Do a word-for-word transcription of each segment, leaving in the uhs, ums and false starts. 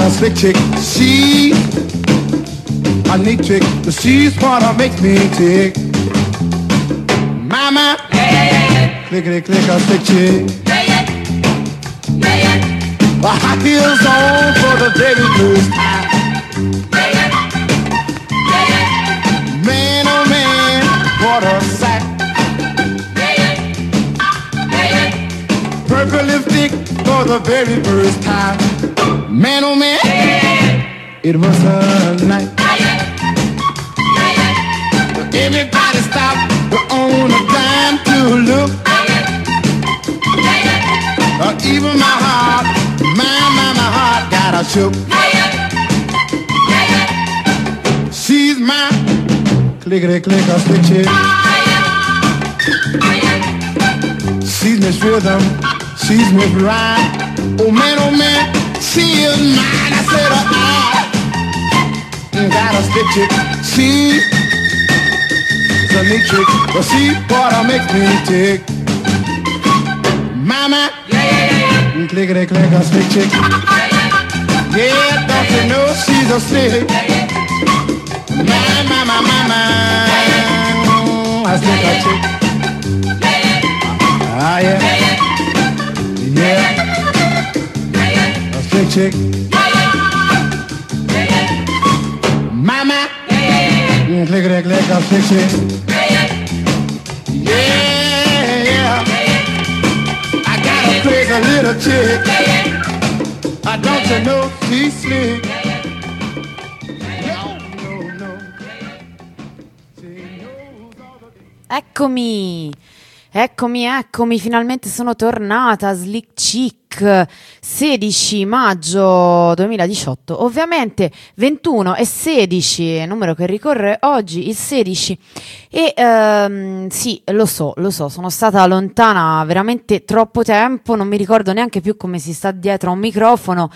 a slick chick. She a neat chick, but she's what makes me tick. Mama, yeah, yeah, yeah, yeah. Clickety click a slick chick. Yeah, yeah. Yeah, yeah. The hot heels on for the baby blues. Yeah, yeah. Yeah, yeah. Man, oh man, what a sack. Yeah, yeah. Yeah, yeah. Purple lipstick for the very first time. Man, oh man, yeah, yeah, yeah. It was a night. Yeah, yeah. Yeah, yeah. Everybody stopped on a dime to look. Yeah, yeah. Yeah, yeah. Uh, even my heart, my, my, my heart got a shook. Yeah, yeah. Yeah, yeah. She's my clickety clicker slick chick. Yeah, yeah. Yeah, yeah. She's Miss Rhythm, she's Miss Rhyme. Oh man, oh man, she is mine. I said, uh, uh, got a slick chick. She's a neat chick, but she what makes me tick. Mama, yeah, yeah, yeah, yeah. Clickety click a slick chick. Yeah, yeah. Yeah, don't you know she's a slick. Yeah, yeah. My, my, my, my, my, a slick a chick. Yeah, yeah. Ah, yeah. Yeah, yeah. Yeah, yeah. A slick chick. Yeah, yeah. Yeah, yeah. Mama, yeah, yeah, yeah. Clickety click a slick chick. Yeah, yeah. Yeah, yeah. I got a crazy little chick. Yeah, yeah. I don't you know she's slick. Yeah, yeah. Eccomi, eccomi, eccomi, finalmente sono tornata, Slick Chick, sedici maggio duemiladiciotto, ovviamente ventuno e sedici, numero che ricorre oggi, il sedici, e ehm, sì, lo so, lo so, sono stata lontana veramente troppo tempo, non mi ricordo neanche più come si sta dietro a un microfono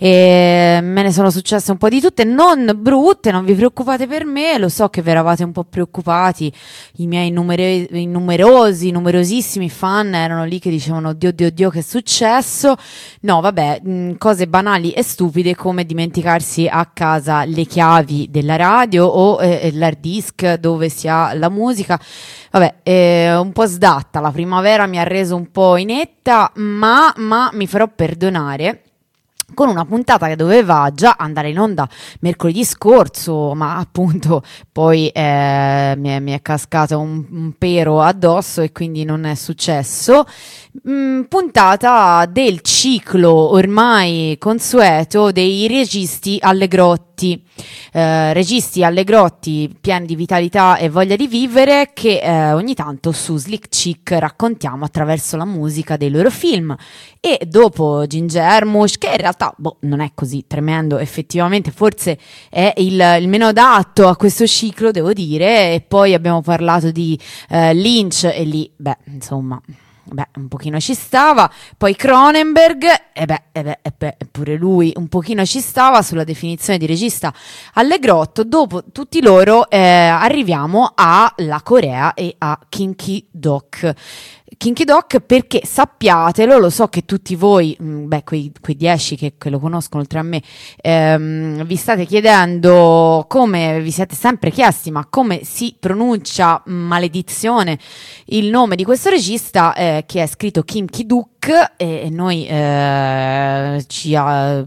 e me ne sono successe un po' di tutte, non brutte, non vi preoccupate per me, lo so che vi eravate un po' preoccupati, i miei numere- i numerosi, numerosissimi fan erano lì che dicevano oddio, oddio, oddio, che è successo? No, vabbè, mh, cose banali e stupide come dimenticarsi a casa le chiavi della radio o eh, l'hard disk dove si ha la musica. Vabbè, eh, un po' sdatta, la primavera mi ha reso un po' inetta, ma, ma mi farò perdonare con una puntata che doveva già andare in onda mercoledì scorso, ma appunto poi eh, mi, è, mi è cascato un, un pero addosso e quindi non è successo. Mm, puntata del ciclo ormai consueto dei registi allegrotti, eh, registi allegrotti pieni di vitalità e voglia di vivere che eh, ogni tanto su Slick Chick raccontiamo attraverso la musica dei loro film. E dopo Gingermush, che in realtà boh, non è così tremendo, effettivamente forse è il, il meno adatto a questo ciclo, devo dire, e poi abbiamo parlato di eh, Lynch e lì, beh, insomma... Beh, un pochino ci stava, poi Cronenberg, e beh, e beh, e beh, pure lui un pochino ci stava sulla definizione di regista allegrotto. Dopo tutti loro eh, arriviamo alla Corea e a Kinky Doc. Kinky Doc, perché sappiatelo, lo so che tutti voi, mh, beh, quei, quei dieci che, che lo conoscono oltre a me, ehm, vi state chiedendo come, vi siete sempre chiesti, ma come si pronuncia, maledizione, il nome di questo regista eh, che è scritto Kim Ki-duk, e, e noi eh, ci uh,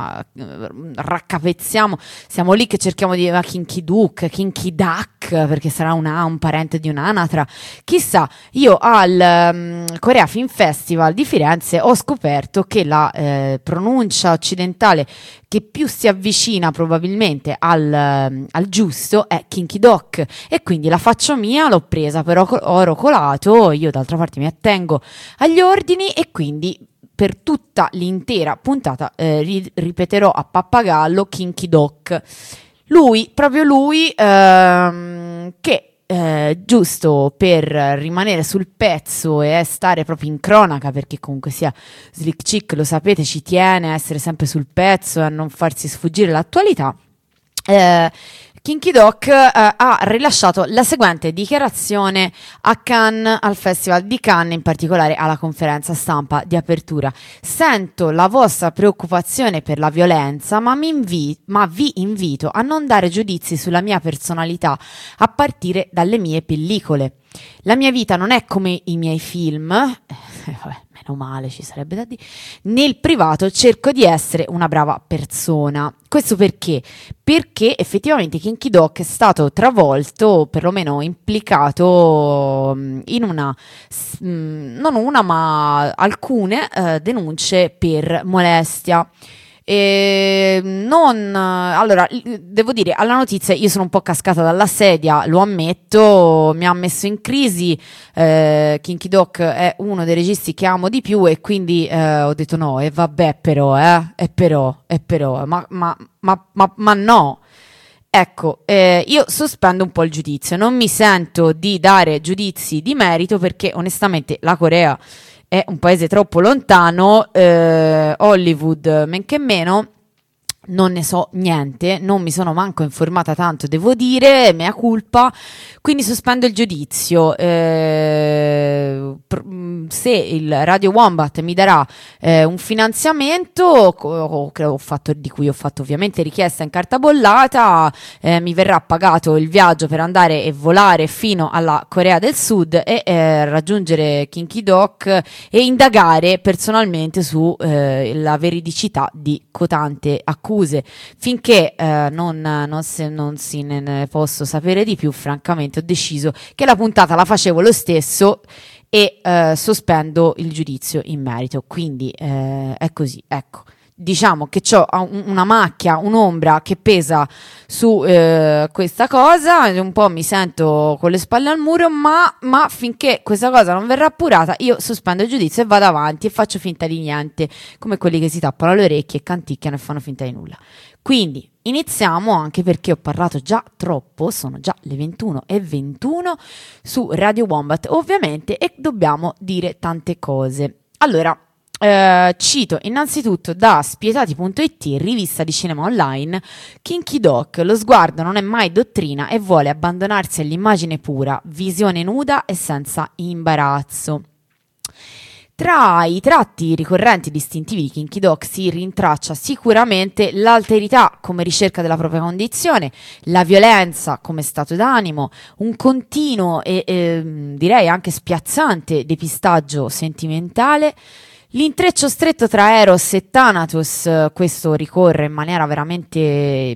raccapezziamo, siamo lì che cerchiamo di dire Kim Ki-duk, Kim Ki-dak, perché sarà una, un parente di un'anatra, chissà. Io al um, Korea Film Festival di Firenze ho scoperto che la eh, pronuncia occidentale che più si avvicina probabilmente al, al giusto è Kinky Doc, e quindi la faccio mia, l'ho presa per oro colato, io d'altra parte mi attengo agli ordini e quindi per tutta l'intera puntata eh, ri- ripeterò a pappagallo Kinky Doc. Lui, proprio lui, ehm, che Eh, giusto per rimanere sul pezzo e stare proprio in cronaca, perché comunque sia Slick Chick, lo sapete, ci tiene a essere sempre sul pezzo e a non farsi sfuggire l'attualità. Eh, Kinky Doc eh, ha rilasciato la seguente dichiarazione a Cannes, al Festival di Cannes, in particolare alla conferenza stampa di apertura. Sento la vostra preoccupazione per la violenza, ma, mi invi- ma vi invito a non dare giudizi sulla mia personalità a partire dalle mie pellicole. La mia vita non è come i miei film, eh, vabbè, meno male ci sarebbe da dire. Nel privato cerco di essere una brava persona. Questo perché? Perché effettivamente Kinky Doc è stato travolto, o perlomeno implicato in una, non una ma alcune eh, denunce per molestia. E non allora devo dire, alla notizia io sono un po' cascata dalla sedia, lo ammetto, mi ha messo in crisi. eh, Kinky Doc è uno dei registi che amo di più e quindi eh, ho detto no, e vabbè però eh, e però, e però ma, ma, ma, ma, ma no. Ecco, eh, io sospendo un po' il giudizio, non mi sento di dare giudizi di merito perché onestamente la Corea è un paese troppo lontano, eh, Hollywood men che meno, non ne so niente, non mi sono manco informata tanto, devo dire, mea culpa, quindi sospendo il giudizio. Eh, pr- se il Radio Wombat mi darà eh, un finanziamento, co- co- ho fatto, di cui ho fatto ovviamente richiesta in carta bollata, eh, mi verrà pagato il viaggio per andare e volare fino alla Corea del Sud e eh, raggiungere Kinky Doc e indagare personalmente su eh, la veridicità di cotante accuse. Finché eh, non, non, se, non si ne, ne posso sapere di più, francamente ho deciso che la puntata la facevo lo stesso e eh, sospendo il giudizio in merito. Quindi eh, è così, ecco. Diciamo che ho una macchia, un'ombra che pesa su eh, questa cosa, un po' mi sento con le spalle al muro, ma, ma finché questa cosa non verrà appurata io sospendo il giudizio e vado avanti e faccio finta di niente, come quelli che si tappano le orecchie e canticchiano e fanno finta di nulla. Quindi iniziamo, anche perché ho parlato già troppo, sono già le ventuno e ventuno su Radio Wombat ovviamente e dobbiamo dire tante cose. Allora, Uh, cito innanzitutto da spietati punto it, rivista di cinema online: Kinky Doc, lo sguardo non è mai dottrina e vuole abbandonarsi all'immagine pura, visione nuda e senza imbarazzo. Tra i tratti ricorrenti distintivi di Kinky Doc si rintraccia sicuramente l'alterità come ricerca della propria condizione, la violenza come stato d'animo, un continuo e eh, direi anche spiazzante depistaggio sentimentale, l'intreccio stretto tra Eros e Thanatos. Questo ricorre in maniera veramente,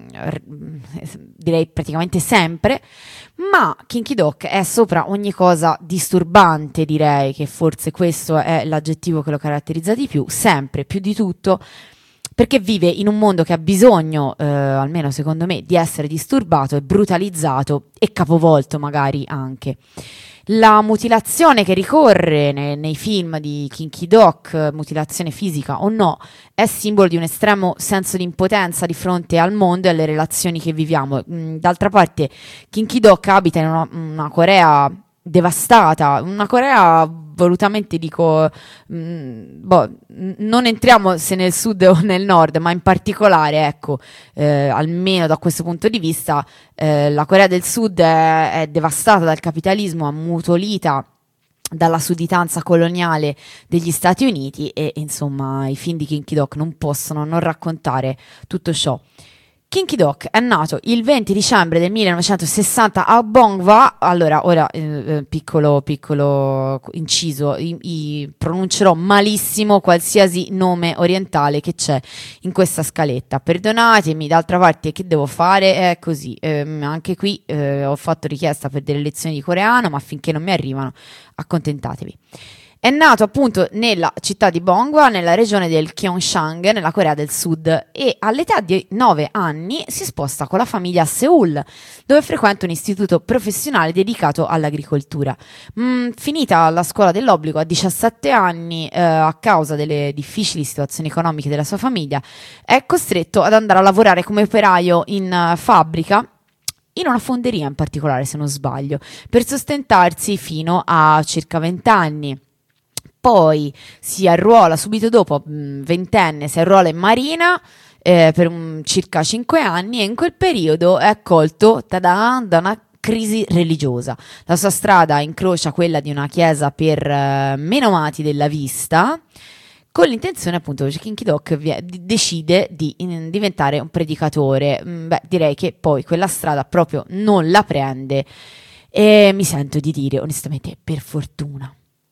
direi praticamente sempre, ma Kinky Doc è sopra ogni cosa disturbante, direi che forse questo è l'aggettivo che lo caratterizza di più, sempre, più di tutto, perché vive in un mondo che ha bisogno, eh, almeno secondo me, di essere disturbato e brutalizzato e capovolto magari anche. La mutilazione che ricorre nei, nei film di Kinky Doc, mutilazione fisica o no, è simbolo di un estremo senso di impotenza di fronte al mondo e alle relazioni che viviamo. D'altra parte, Kinky Doc abita in una, una Corea devastata, una Corea volutamente dico mh, boh, non entriamo se nel sud o nel nord, ma in particolare ecco eh, almeno da questo punto di vista eh, la Corea del Sud è, è devastata dal capitalismo, ammutolita dalla sudditanza coloniale degli Stati Uniti e insomma i film di Kinky Doc non possono non raccontare tutto ciò. Kinky Doc è nato il venti dicembre del millenovecentosessanta a Bongwa. Allora, ora eh, piccolo piccolo inciso, i, i, pronuncerò malissimo qualsiasi nome orientale che c'è in questa scaletta. Perdonatemi, d'altra parte che devo fare? È così. Eh, anche qui eh, ho fatto richiesta per delle lezioni di coreano, ma finché non mi arrivano, accontentatevi. È nato appunto nella città di Bongwa, nella regione del Gyeongsang, nella Corea del Sud, e all'età di nove anni si sposta con la famiglia a Seul, dove frequenta un istituto professionale dedicato all'agricoltura. Mm, finita la scuola dell'obbligo a diciassette anni, eh, a causa delle difficili situazioni economiche della sua famiglia, è costretto ad andare a lavorare come operaio in uh, fabbrica, in una fonderia in particolare se non sbaglio, per sostentarsi fino a circa venti anni. Poi si arruola subito dopo, ventenne, si arruola in marina eh, per un, circa cinque anni, e in quel periodo è colto tada, da una crisi religiosa. La sua strada incrocia quella di una chiesa per eh, menomati della vista, con l'intenzione appunto che Kinky Doc vi- decide di in- diventare un predicatore. Mm, beh, direi che poi quella strada proprio non la prende, e mi sento di dire onestamente per fortuna.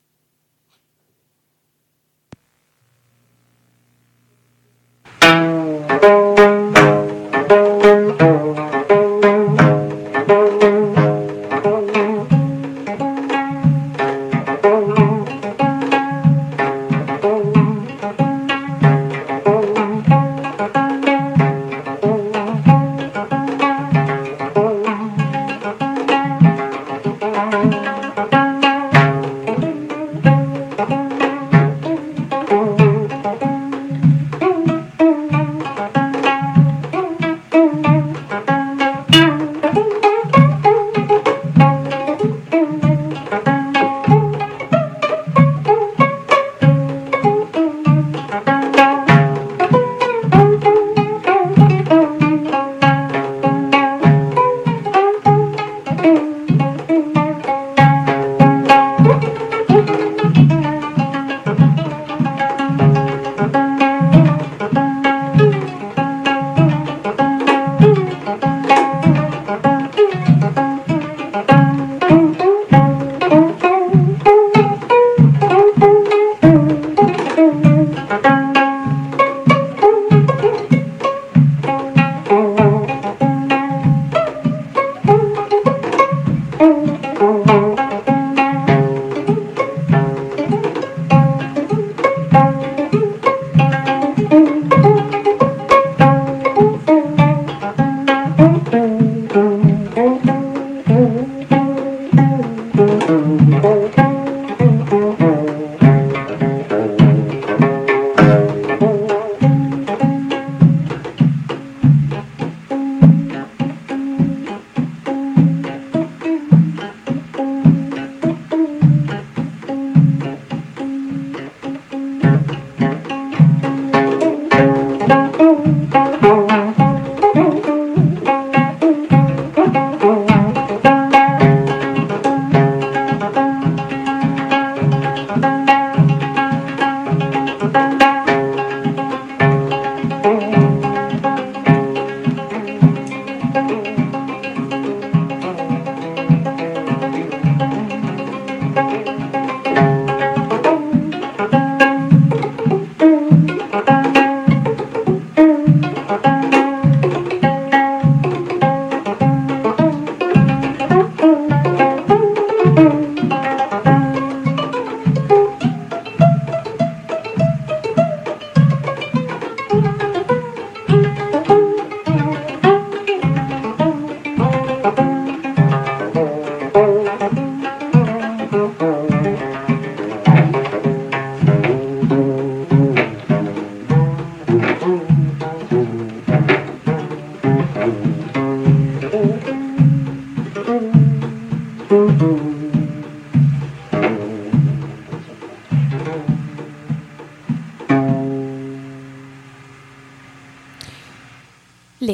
Le,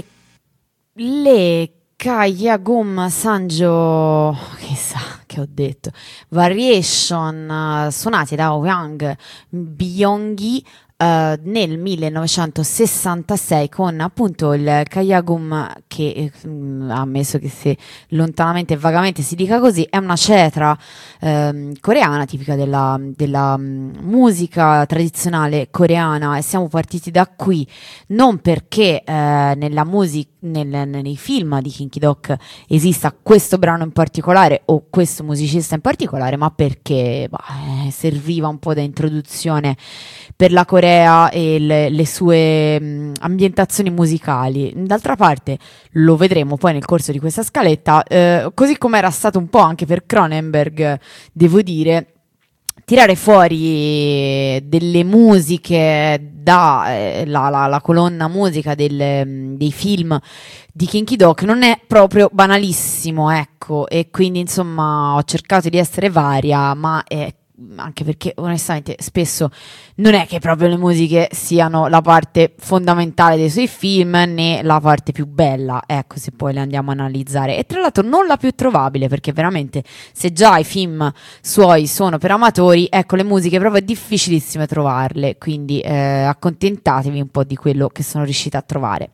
le Kayagum Sanjo, chissà che ho detto, Variation uh, suonati da Wang Byongyi uh, nel millenovecentosessantasei, con appunto il Kayagum, che eh, ammesso che se lontanamente e vagamente si dica così, è una cetra ehm, coreana tipica della, della um, musica tradizionale coreana, e siamo partiti da qui non perché eh, nella musica Nel, nei film di Kinky Doc esista questo brano in particolare o questo musicista in particolare, ma perché bah, eh, serviva un po' da introduzione per la Corea e le, le sue mh, ambientazioni musicali. D'altra parte lo vedremo poi nel corso di questa scaletta, eh, così come era stato un po' anche per Cronenberg, devo dire. Tirare fuori delle musiche da eh, la, la, la colonna musica del, dei film di Kinky Doc non è proprio banalissimo, ecco, e quindi insomma ho cercato di essere varia, ma è anche perché onestamente spesso non è che proprio le musiche siano la parte fondamentale dei suoi film né la parte più bella, ecco, se poi le andiamo a analizzare, e tra l'altro non la più trovabile, perché veramente se già i film suoi sono per amatori, ecco, le musiche proprio è difficilissime trovarle, quindi eh, accontentatevi un po' di quello che sono riuscita a trovare.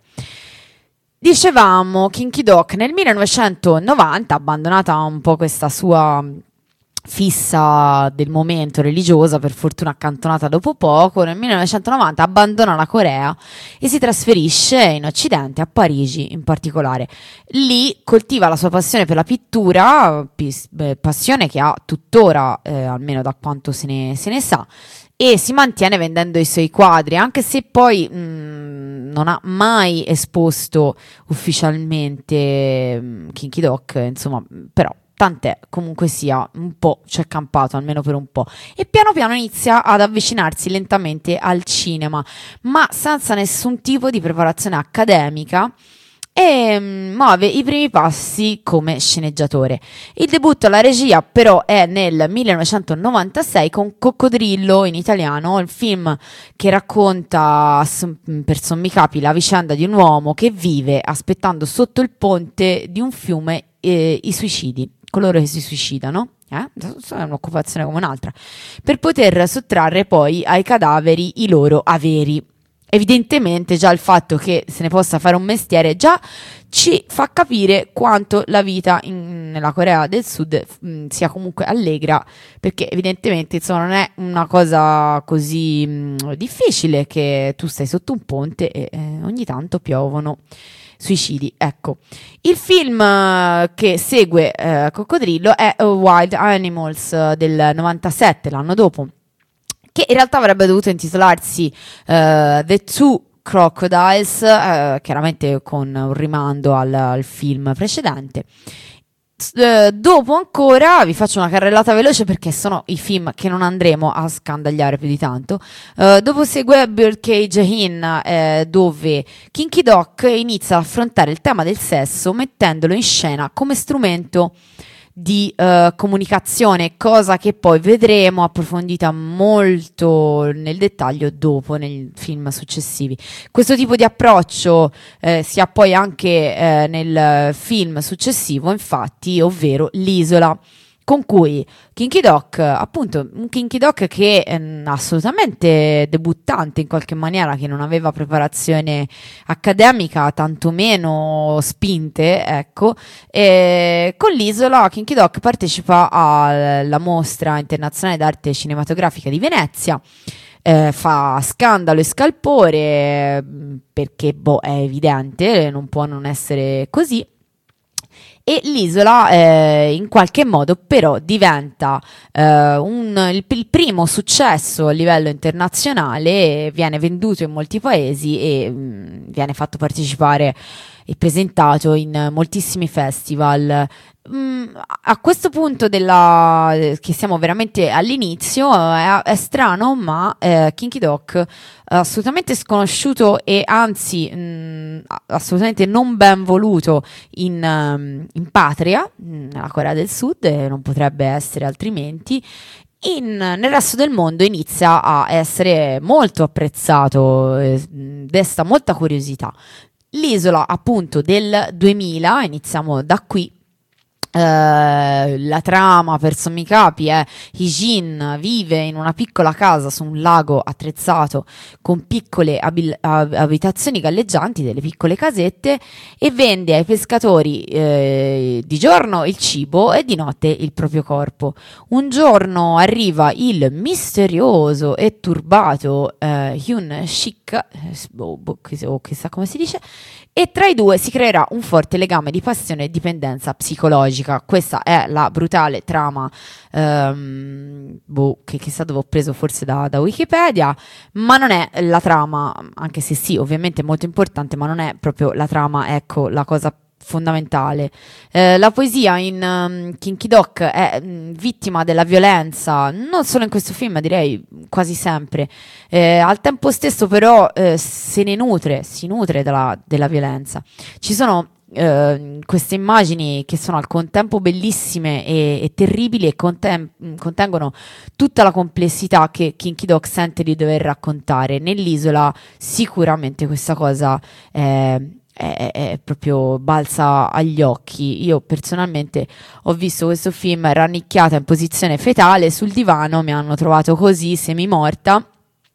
Dicevamo, Kinky Doc nel millenovecentonovanta, abbandonata un po' questa sua fissa del momento religiosa, per fortuna accantonata dopo poco, nel millenovecentonovanta abbandona la Corea e si trasferisce in Occidente, a Parigi in particolare. Lì coltiva la sua passione per la pittura, pis- eh, passione che ha tuttora, eh, almeno da quanto se ne, se ne sa, e si mantiene vendendo i suoi quadri, anche se poi mh, non ha mai esposto ufficialmente mh, Kinky Doc, insomma, però tant'è, comunque sia, un po' c'è campato, almeno per un po', e piano piano inizia ad avvicinarsi lentamente al cinema, ma senza nessun tipo di preparazione accademica, e mm, muove i primi passi come sceneggiatore. Il debutto alla regia però è nel millenovecentonovantasei con Coccodrillo, in italiano, il film che racconta per sommi capi la vicenda di un uomo che vive aspettando sotto il ponte di un fiume eh, i suicidi, coloro che si suicidano, eh? È un'occupazione come un'altra, per poter sottrarre poi ai cadaveri i loro averi. Evidentemente già il fatto che se ne possa fare un mestiere già ci fa capire quanto la vita in, nella Corea del Sud mh, sia comunque allegra, perché evidentemente insomma non è una cosa così mh, difficile che tu stai sotto un ponte e eh, ogni tanto piovono suicidi. Ecco, il film uh, che segue uh, Coccodrillo è uh, Wild Animals uh, del novantasette, l'anno dopo, che in realtà avrebbe dovuto intitolarsi uh, The Two Crocodiles, uh, chiaramente con un rimando al, al film precedente. Uh, dopo ancora vi faccio una carrellata veloce perché sono i film che non andremo a scandagliare più di tanto. Uh, dopo segue Birdcage Inn, eh, dove Kinky Doc inizia ad affrontare il tema del sesso mettendolo in scena come strumento di uh, comunicazione, cosa che poi vedremo approfondita molto nel dettaglio dopo nei film successivi. Questo tipo di approccio eh, si ha poi anche eh, nel film successivo, infatti, ovvero L'Isola, con cui Kinky Doc, appunto un Kinky Doc che è assolutamente debuttante in qualche maniera, che non aveva preparazione accademica, tantomeno spinte, ecco, e con L'Isola Kinky Doc partecipa alla Mostra Internazionale d'Arte Cinematografica di Venezia. Eh, fa scandalo e scalpore perché boh, è evidente, non può non essere così. E L'Isola eh, in qualche modo però diventa eh, un, il, il primo successo a livello internazionale, viene venduto in molti paesi e mh, viene fatto partecipare e presentato in moltissimi festival. Mm, a questo punto della che siamo veramente all'inizio è, è strano, ma eh, Kinky Doc è assolutamente sconosciuto e anzi mh, assolutamente non ben voluto in, um, in patria, nella Corea del Sud, e non potrebbe essere altrimenti. In, nel resto del mondo inizia a essere molto apprezzato, eh, desta molta curiosità. L'Isola appunto del duemila, iniziamo da qui. Uh, la trama per sommi capi è Hee-jin vive in una piccola casa su un lago attrezzato con piccole abil- abitazioni galleggianti, delle piccole casette, e vende ai pescatori eh, di giorno il cibo e di notte il proprio corpo. Un giorno arriva il misterioso e turbato eh, Hyun Sik, eh, o boh, boh, chissà come si dice, e tra i due si creerà un forte legame di passione e dipendenza psicologica. Questa è la brutale trama um, boh, che chissà dove ho preso, forse da, da Wikipedia, ma non è la trama, anche se sì, ovviamente è molto importante, ma non è proprio la trama, ecco, la cosa fondamentale. Eh, la poesia in um, Kinky Doc è mh, vittima della violenza, non solo in questo film, ma direi quasi sempre. Eh, al tempo stesso però eh, se ne nutre, si nutre della, della violenza. Ci sono eh, queste immagini che sono al contempo bellissime e, e terribili e contem- contengono tutta la complessità che Kinky Dog sente di dover raccontare. Nell'isola sicuramente questa cosa è, è, è proprio balza agli occhi. Io personalmente ho visto questo film rannicchiata in posizione fetale sul divano, mi hanno trovato così semimorta.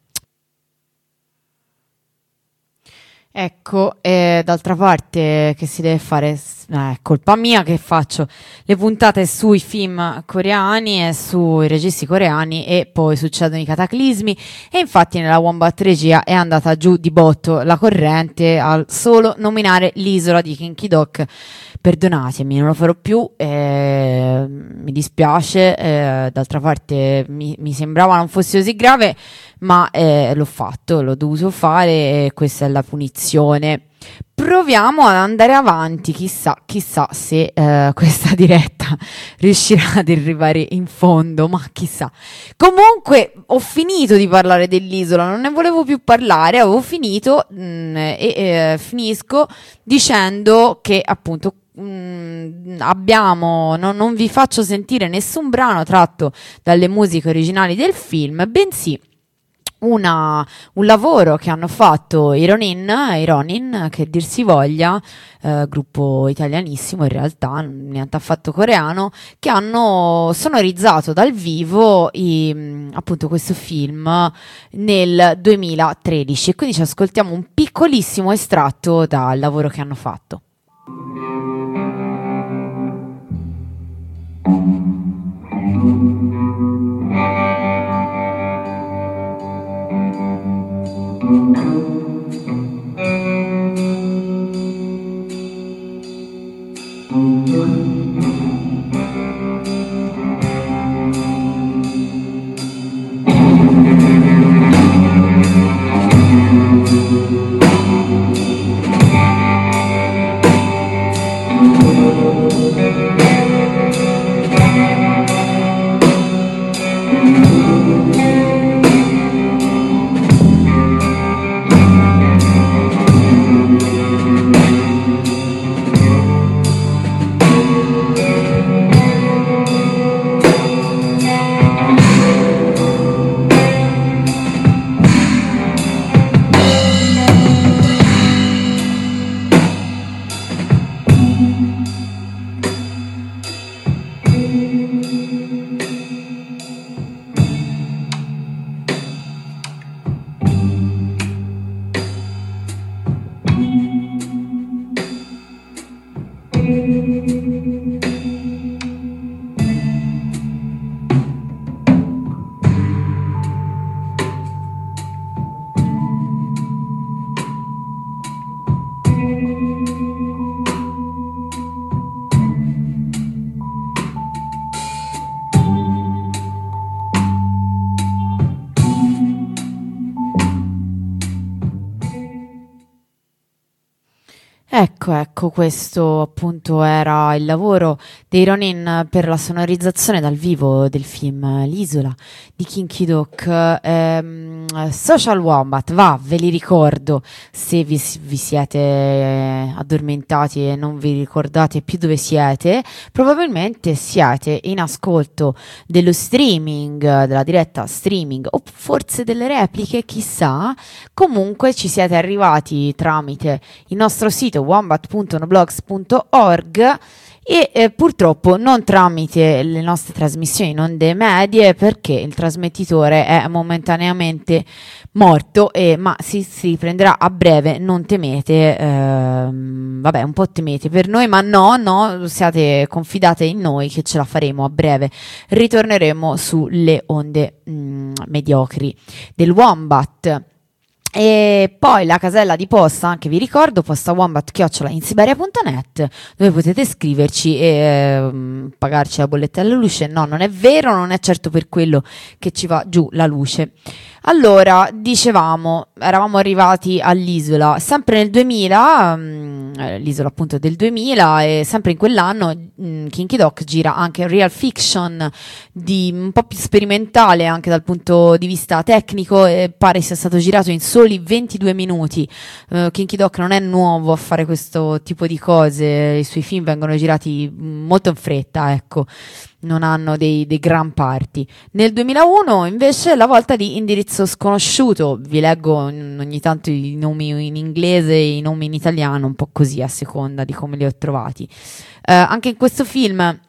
Ecco, e d'altra parte che si deve fare? Eh, È colpa mia che faccio le puntate sui film coreani e sui registi coreani e poi succedono i cataclismi, e infatti nella Wombat Regia è andata giù di botto la corrente al solo nominare l'isola di Kinky Dog. Perdonatemi, non lo farò più, eh, mi dispiace, eh, d'altra parte mi, mi sembrava non fosse così grave, ma eh, l'ho fatto, l'ho dovuto fare e questa è la punizione. Proviamo ad andare avanti, chissà, chissà se eh, questa diretta riuscirà ad arrivare in fondo, ma chissà. Comunque ho finito di parlare dell'isola, non ne volevo più parlare, avevo finito mh, e eh, finisco dicendo che appunto mh, abbiamo, no, non vi faccio sentire nessun brano tratto dalle musiche originali del film, bensì Una, un lavoro che hanno fatto i Ronin, i Ronin, che dir si voglia, eh, gruppo italianissimo in realtà, niente affatto coreano, che hanno sonorizzato dal vivo i, appunto questo film nel duemilatredici, e quindi ci ascoltiamo un piccolissimo estratto dal lavoro che hanno fatto. Ecco, ecco, questo appunto era il lavoro dei Ronin per la sonorizzazione dal vivo del film L'isola di Kinky Dog. Ehm, Social Wombat, va, ve li ricordo se vi, vi siete addormentati e non vi ricordate più dove siete. Probabilmente siete in ascolto dello streaming, della diretta streaming, o forse delle repliche, chissà. Comunque ci siete arrivati tramite il nostro sito wombat punto noblogs punto org e eh, purtroppo non tramite le nostre trasmissioni in onde medie, perché il trasmettitore è momentaneamente morto, e, ma si, si riprenderà a breve, non temete, ehm, vabbè, un po' temete per noi, ma no, no, siate confidate in noi che ce la faremo a breve, ritorneremo sulle onde mh, mediocri del Wombat. E poi la casella di posta, anche vi ricordo, postawombat chiocciola insiberia punto net, dove potete scriverci e eh, pagarci la bolletta della luce. No, non è vero, non è certo per quello che ci va giù la luce. Allora, dicevamo, eravamo arrivati all'isola, sempre nel duemila, mh, l'isola appunto del duemila, e sempre in quell'anno mh, Kinky Doc gira anche real fiction di un po' più sperimentale anche dal punto di vista tecnico, e pare sia stato girato in soli ventidue minuti. uh, Kinky Doc non è nuovo a fare questo tipo di cose, i suoi film vengono girati molto in fretta, ecco, non hanno dei, dei gran parti. Nel duemilauno invece la volta di Indirizzo Sconosciuto, vi leggo ogni tanto i nomi in inglese e i nomi in italiano, un po' così a seconda di come li ho trovati. Eh, anche in questo film,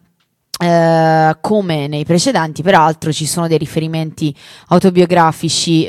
Uh, come nei precedenti, peraltro, ci sono dei riferimenti autobiografici,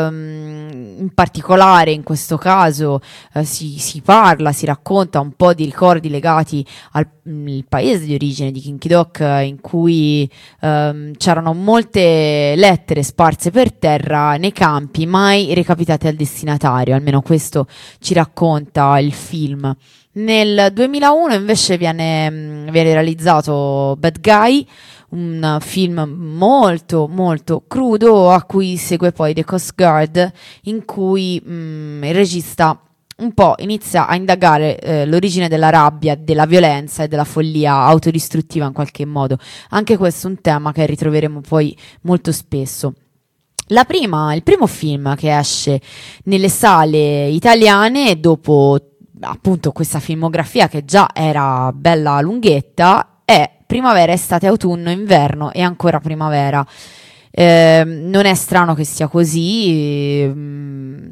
um, in particolare in questo caso uh, si, si parla, si racconta un po' di ricordi legati al mh, paese di origine di Kinky Doc, uh, in cui um, c'erano molte lettere sparse per terra nei campi, mai recapitate al destinatario, almeno questo ci racconta il film. Nel duemilauno invece viene, viene realizzato Bad Guy, un film molto molto crudo a cui segue poi The Coast Guard, in cui mh, il regista un po' inizia a indagare eh, l'origine della rabbia, della violenza e della follia autodistruttiva in qualche modo. Anche questo è un tema che ritroveremo poi molto spesso. La prima, il primo film che esce nelle sale italiane dopo appunto questa filmografia che già era bella lunghetta è Primavera, Estate, Autunno, Inverno e ancora Primavera. Eh, non è strano che sia così, eh,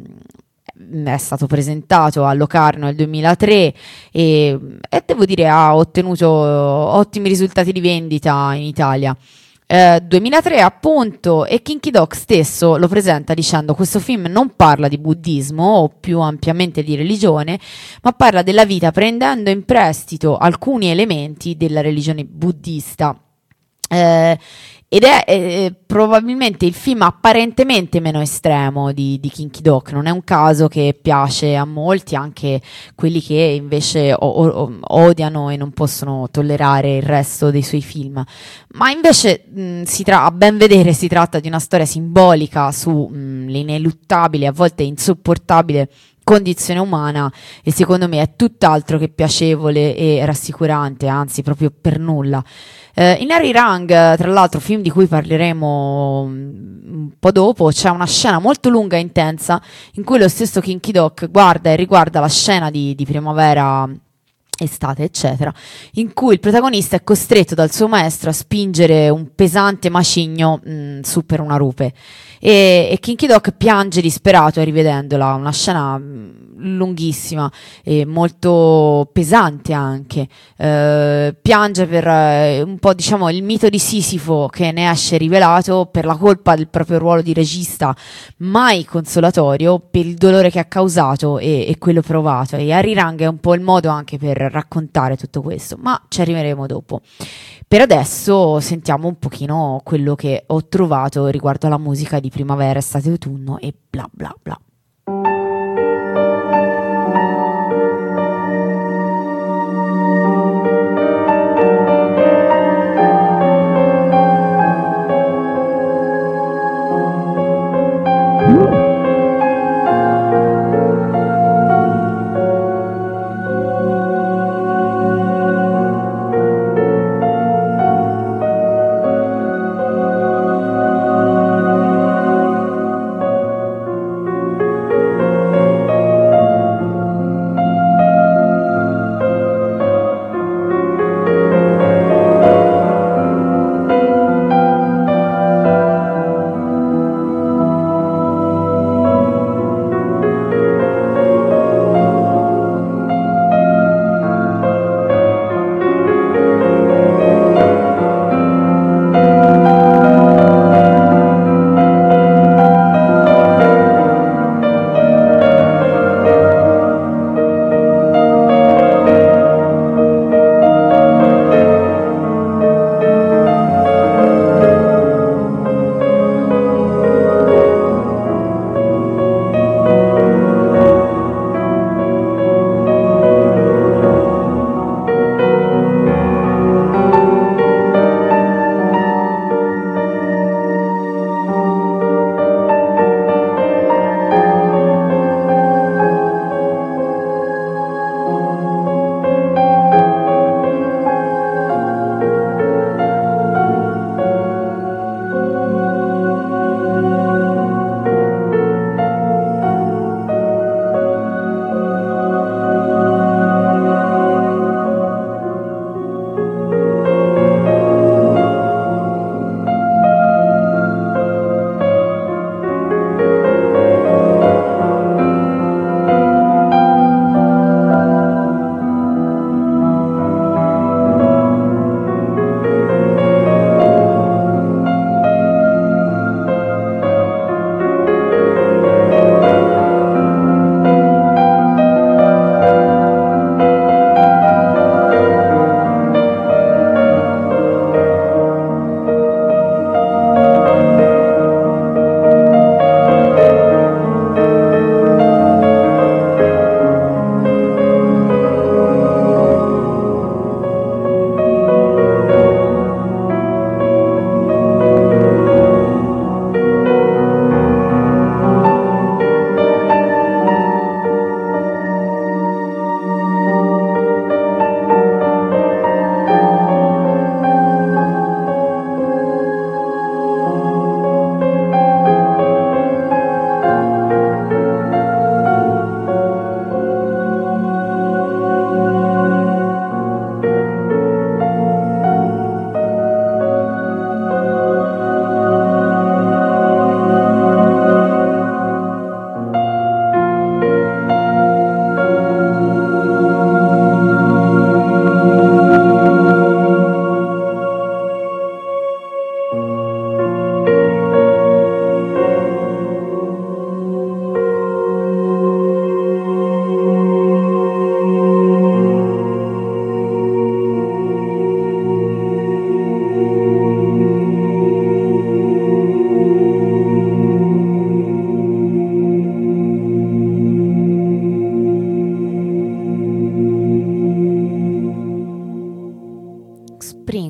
è stato presentato a Locarno nel duemilatré e, e devo dire ha ottenuto ottimi risultati di vendita in Italia. Eh, duemilatré appunto, e Kinky Doc stesso lo presenta dicendo: questo film non parla di buddismo o più ampiamente di religione, ma parla della vita prendendo in prestito alcuni elementi della religione buddista. Eh, ed è eh, probabilmente il film apparentemente meno estremo di, di Kinky Doc. Non è un caso che piace a molti, anche quelli che invece o, o, odiano e non possono tollerare il resto dei suoi film. Ma invece mh, si tra- a ben vedere si tratta di una storia simbolica sull'ineluttabile, a volte insopportabile condizione umana, e secondo me è tutt'altro che piacevole e rassicurante, anzi proprio per nulla. Eh, in Harry Rang, tra l'altro, film di cui parleremo un po' dopo, c'è una scena molto lunga e intensa in cui lo stesso Kinky Doc guarda e riguarda la scena di, di Primavera, Estate, eccetera, in cui il protagonista è costretto dal suo maestro a spingere un pesante macigno mh, su per una rupe, e, e Kinky Doc piange disperato rivedendola, una scena mh, lunghissima e molto pesante anche. Eh, piange per eh, un po', diciamo, il mito di Sisifo che ne esce rivelato per la colpa del proprio ruolo di regista mai consolatorio, per il dolore che ha causato e, e quello provato. E Harry Rang è un po' il modo anche per raccontare tutto questo, ma ci arriveremo dopo. Per adesso sentiamo un pochino quello che ho trovato riguardo alla musica di Primavera, Estate, Autunno e bla bla bla.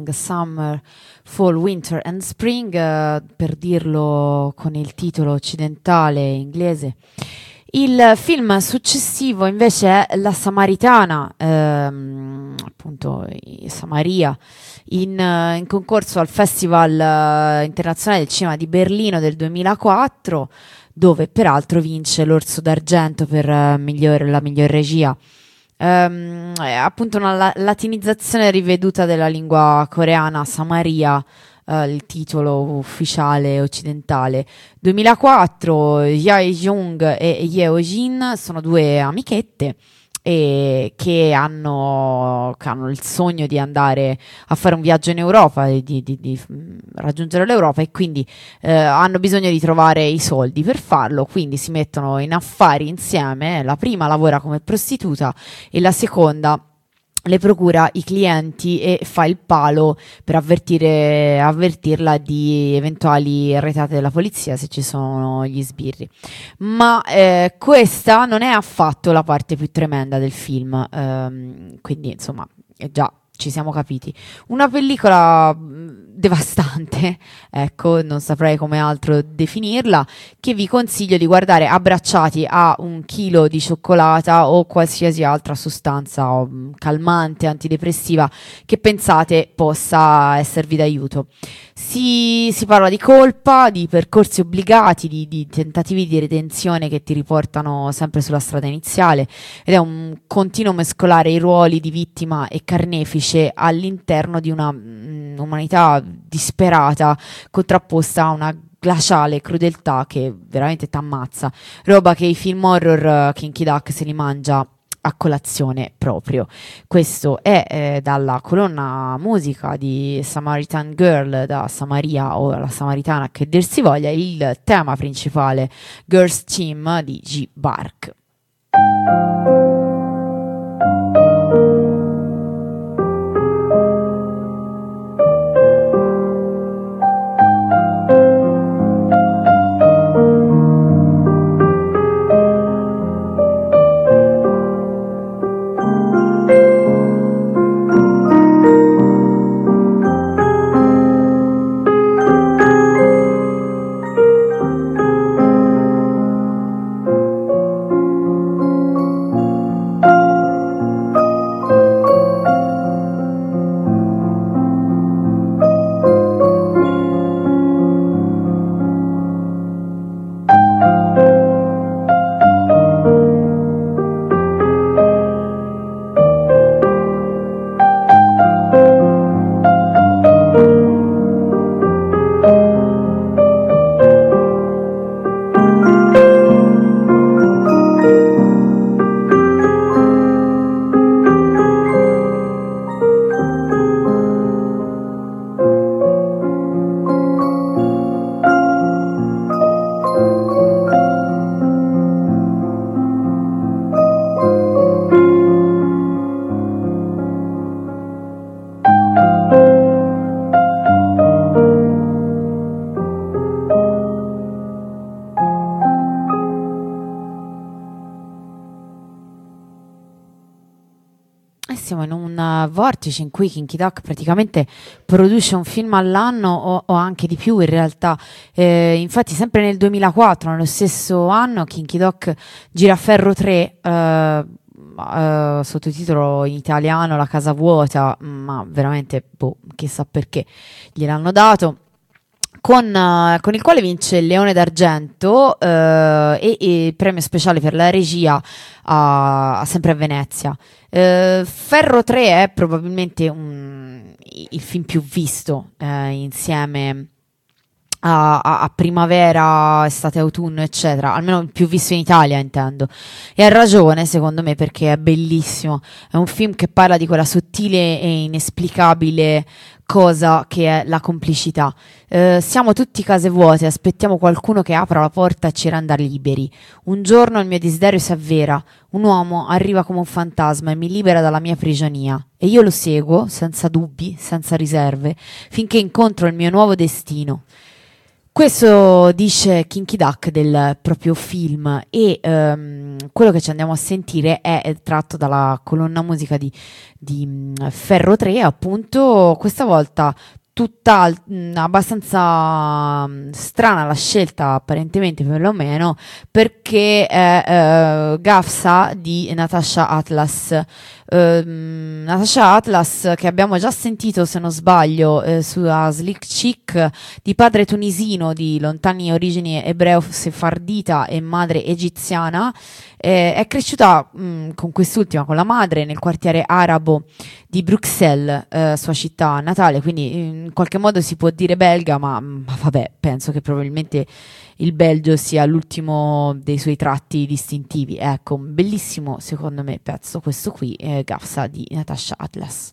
Spring, Summer, Fall, Winter and Spring, uh, per dirlo con il titolo occidentale inglese. Il film successivo invece è La Samaritana, ehm, appunto Samaria, in, in concorso al Festival uh, Internazionale del Cinema di Berlino del duemilaquattro, dove peraltro vince l'Orso d'Argento per uh, miglior, la miglior regia. Um, è appunto una la- latinizzazione riveduta della lingua coreana, Samaria, Uh, il titolo ufficiale occidentale. duemilaquattro, Jae Jung e Yeo Jin sono due amichette e che hanno, che hanno il sogno di andare a fare un viaggio in Europa, di, di, di, di raggiungere l'Europa, e quindi eh, hanno bisogno di trovare i soldi per farlo, quindi si mettono in affari insieme. La prima lavora come prostituta e la seconda le procura i clienti e fa il palo per avvertire, avvertirla di eventuali retate della polizia se ci sono gli sbirri. Ma eh, questa non è affatto la parte più tremenda del film, ehm, quindi insomma è già, ci siamo capiti. Una pellicola mh, devastante, ecco, non saprei come altro definirla, che vi consiglio di guardare abbracciati a un chilo di cioccolata o qualsiasi altra sostanza mh, calmante, antidepressiva che pensate possa esservi d'aiuto. Si, si parla di colpa, di percorsi obbligati, di, di tentativi di redenzione che ti riportano sempre sulla strada iniziale, ed è un continuo mescolare i ruoli di vittima e carnefice all'interno di una mh, umanità disperata contrapposta a una glaciale crudeltà che veramente t'ammazza, roba che i film horror uh, Kinky Duck se li mangia a colazione proprio. Questo è eh, dalla colonna musica di Samaritan Girl, da Samaria o la Samaritana che dir si voglia, il tema principale Girls Team di G. Bark. Vortice in cui Kinky Duck praticamente produce un film all'anno o, o anche di più in realtà. Eh, infatti sempre nel duemilaquattro, nello stesso anno, Kinky Duck gira Ferro tre, eh, eh, sottotitolo in italiano La casa vuota, ma veramente boh, chissà perché gliel'hanno dato. Con, uh, con il quale vince il Leone d'Argento uh, e, e il premio speciale per la regia a, a sempre a Venezia. Uh, Ferro tre è probabilmente un, il film più visto uh, insieme a, a, a primavera, estate, autunno, eccetera, almeno il più visto in Italia, intendo. E ha ragione, secondo me, perché è bellissimo. È un film che parla di quella sottile e inesplicabile cosa che è la complicità. Eh, siamo tutti case vuote, aspettiamo qualcuno che apra la porta e ci renda liberi. Un giorno il mio desiderio si avvera, un uomo arriva come un fantasma e mi libera dalla mia prigionia, e io lo seguo senza dubbi, senza riserve, finché incontro il mio nuovo destino. Questo dice Kinky Duck del proprio film e um, quello che ci andiamo a sentire è, è tratto dalla colonna musica di, di um, Ferro tre, appunto, questa volta tutta mh, abbastanza mh, strana la scelta, apparentemente perlomeno, perché è uh, Gafsa di Natasha Atlas. Uh, Natasha Atlas, che abbiamo già sentito, se non sbaglio, eh, sulla Slick Chick, di padre tunisino di lontani origini ebreo-sefardita e madre egiziana, eh, è cresciuta mh, con quest'ultima, con la madre, nel quartiere arabo di Bruxelles, eh, sua città natale, quindi in qualche modo si può dire belga, ma, ma vabbè, penso che probabilmente il Belgio sia l'ultimo dei suoi tratti distintivi. Ecco, un bellissimo, secondo me, pezzo questo qui, eh, Gafsa di Natasha Atlas.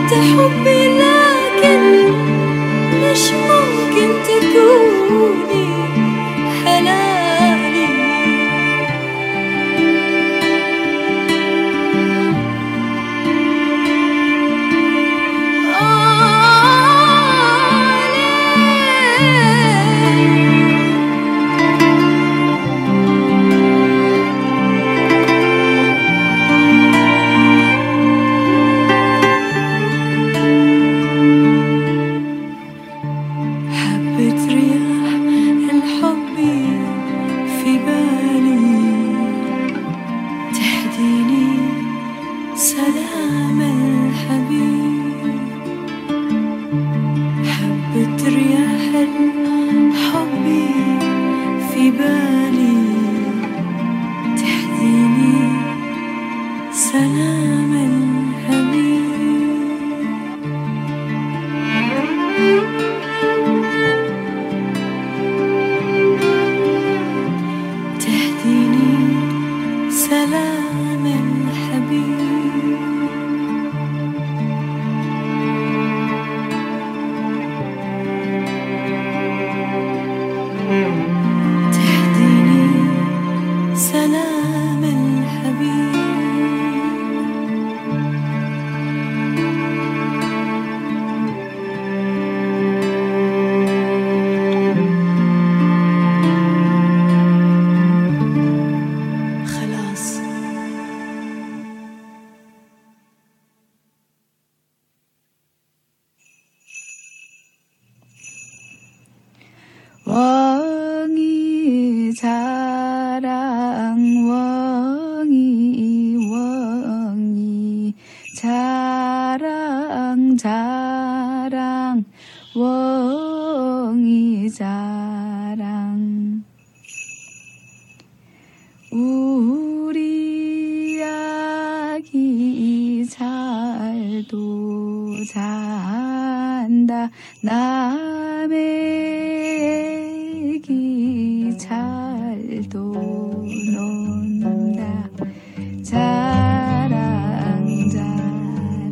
انت حبي لكن مش ممكن تكوني حلالي 왕이 자랑 왕이 왕이 자랑 자랑 왕이 자랑 우리 아기 잘도 잔다 남의 애기 잘도 논다 자랑 자랑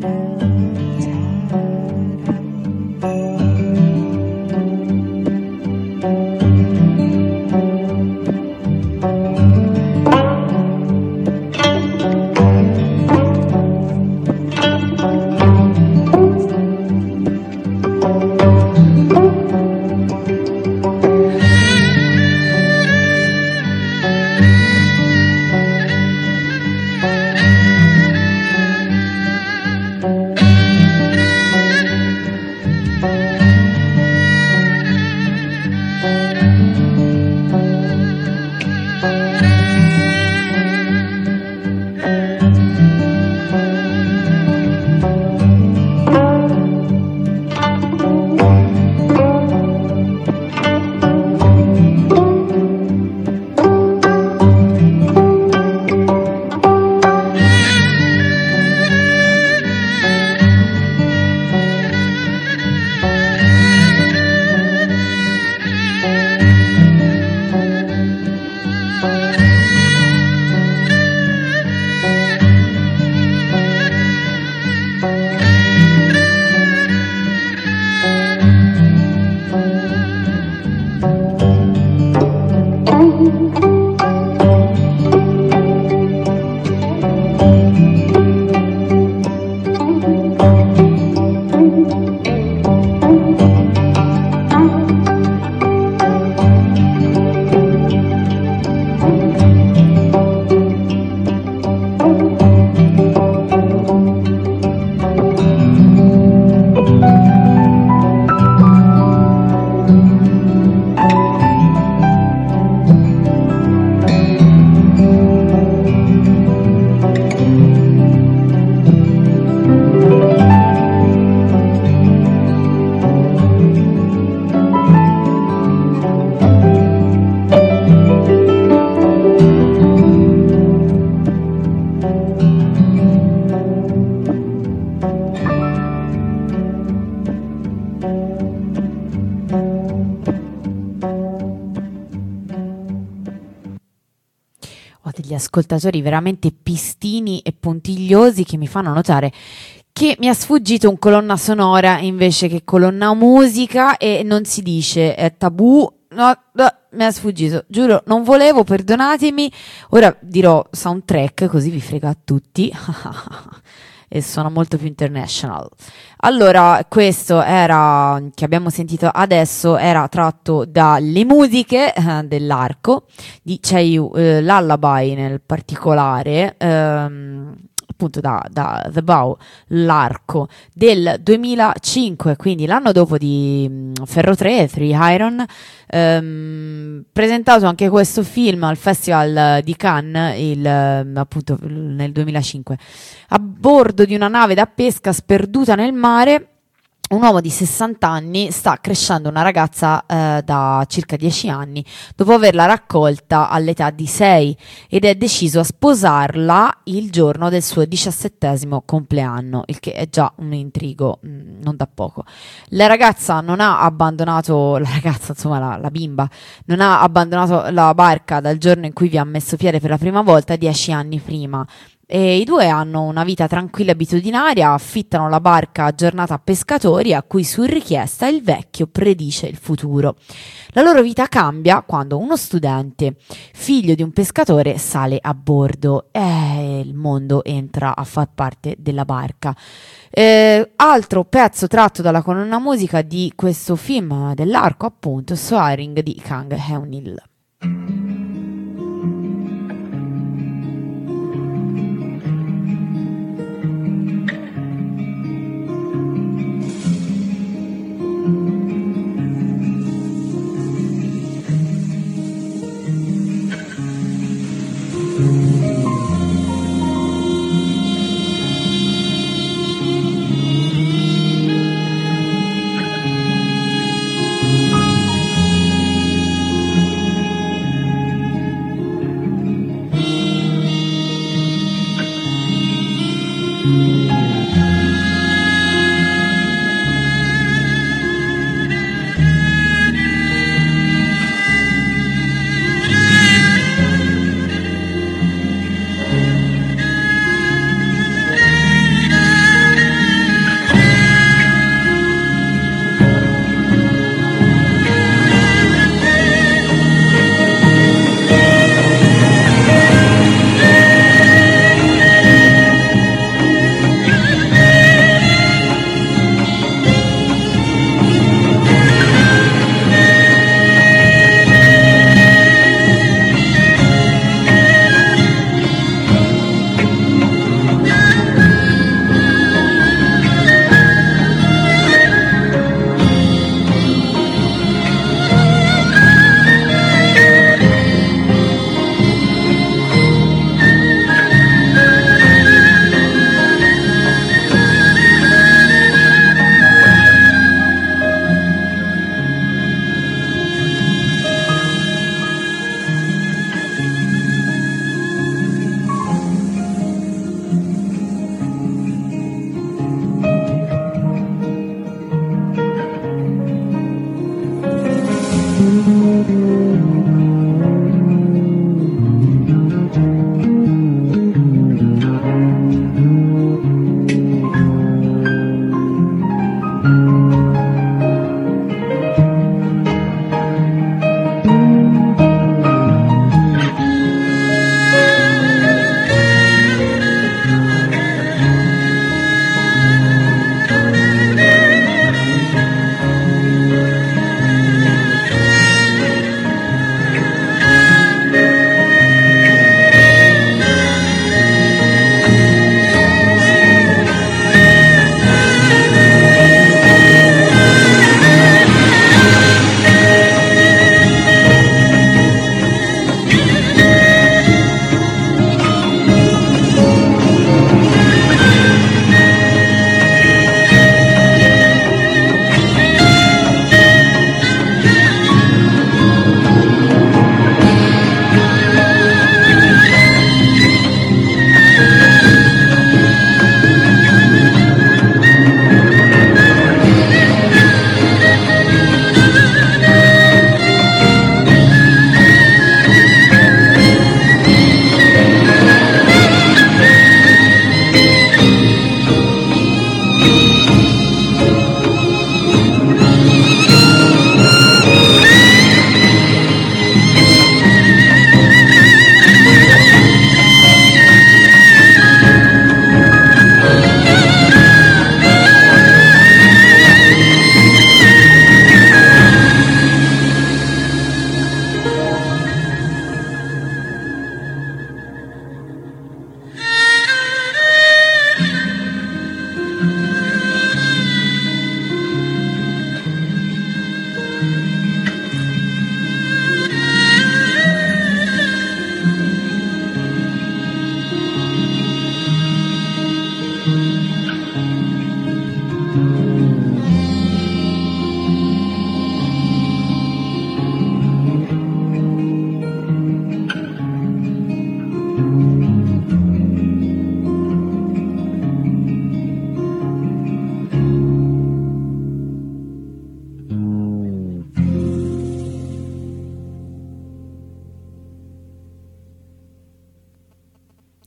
Ascoltatori veramente pistini e puntigliosi che mi fanno notare che mi è sfuggito un colonna sonora invece che colonna musica e non si dice, è tabù, no, no, mi è sfuggito, giuro, non volevo, perdonatemi, ora dirò soundtrack così vi frega a tutti e sono molto più international. Allora, questo era, che abbiamo sentito adesso, era tratto dalle musiche eh, dell'arco di Chayu, eh, Lullaby nel particolare, ehm, appunto da, da The Bow, l'arco del duemilacinque, quindi l'anno dopo di mh, Ferro tre, Three Iron, ehm, presentato anche questo film al Festival di Cannes il, ehm, appunto nel duemilacinque. A bordo di una nave da pesca sperduta nel mare, un uomo di sessanta anni sta crescendo una ragazza eh, da circa dieci anni dopo averla raccolta all'età di sei ed è deciso a sposarla il giorno del suo diciassettesimo compleanno, il che è già un intrigo mh, non da poco. La ragazza non ha abbandonato, la ragazza insomma la, la bimba, non ha abbandonato la barca dal giorno in cui vi ha messo piede per la prima volta dieci anni prima. E i due hanno una vita tranquilla e abitudinaria, affittano la barca a giornata a pescatori a cui su richiesta il vecchio predice il futuro. La loro vita cambia quando uno studente, figlio di un pescatore, sale a bordo e il mondo entra a far parte della barca. Eh, altro pezzo tratto dalla colonna musica di questo film dell'arco, appunto, Soaring di Kang Heon-il.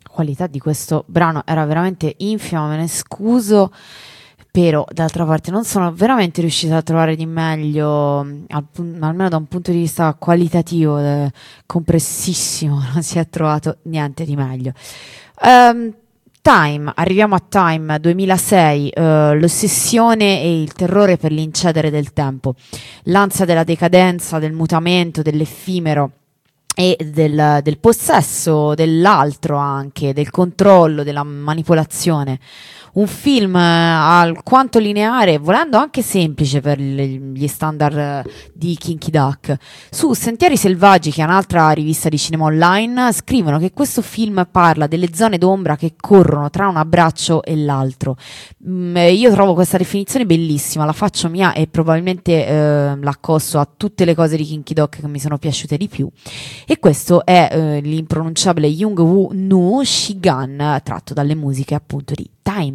qualità di questo brano era veramente infima, me ne scuso, però d'altra parte non sono veramente riuscita a trovare di meglio, al pun- almeno da un punto di vista qualitativo, eh, compressissimo, non si è trovato niente di meglio. Ehm, Time, arriviamo a Time duemilasei, eh, l'ossessione e il terrore per l'incedere del tempo, l'ansia della decadenza, del mutamento, dell'effimero e del, del possesso dell'altro, anche del controllo, della manipolazione. Un film eh, alquanto lineare, volendo anche semplice per l- gli standard eh, di Kinky Duck. Su Sentieri Selvaggi, che è un'altra rivista di cinema online, scrivono che questo film parla delle zone d'ombra che corrono tra un abbraccio e l'altro. Mm, eh, io trovo questa definizione bellissima, la faccio mia e probabilmente eh, l'accosto a tutte le cose di Kinky Duck che mi sono piaciute di più. E questo è eh, l'impronunciabile Jung-woo Nu Shigan, tratto dalle musiche appunto di Time.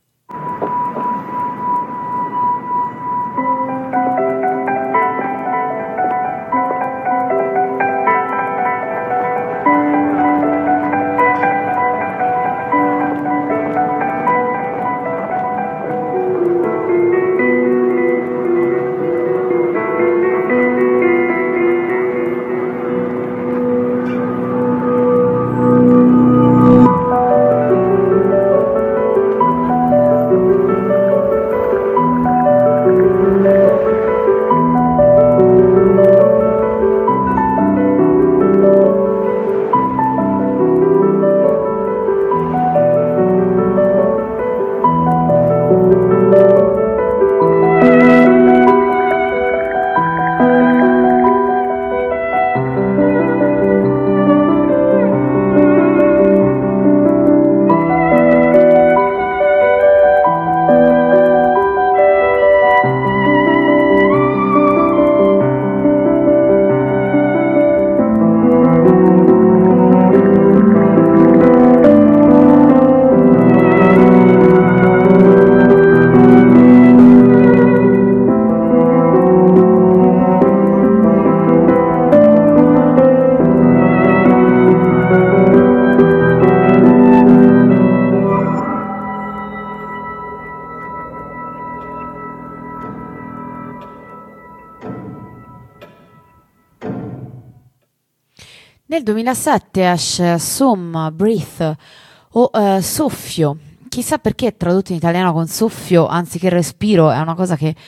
Nel duemilasette esce Sum Breath o eh, Soffio, chissà perché è tradotto in italiano con soffio anziché respiro, è una cosa che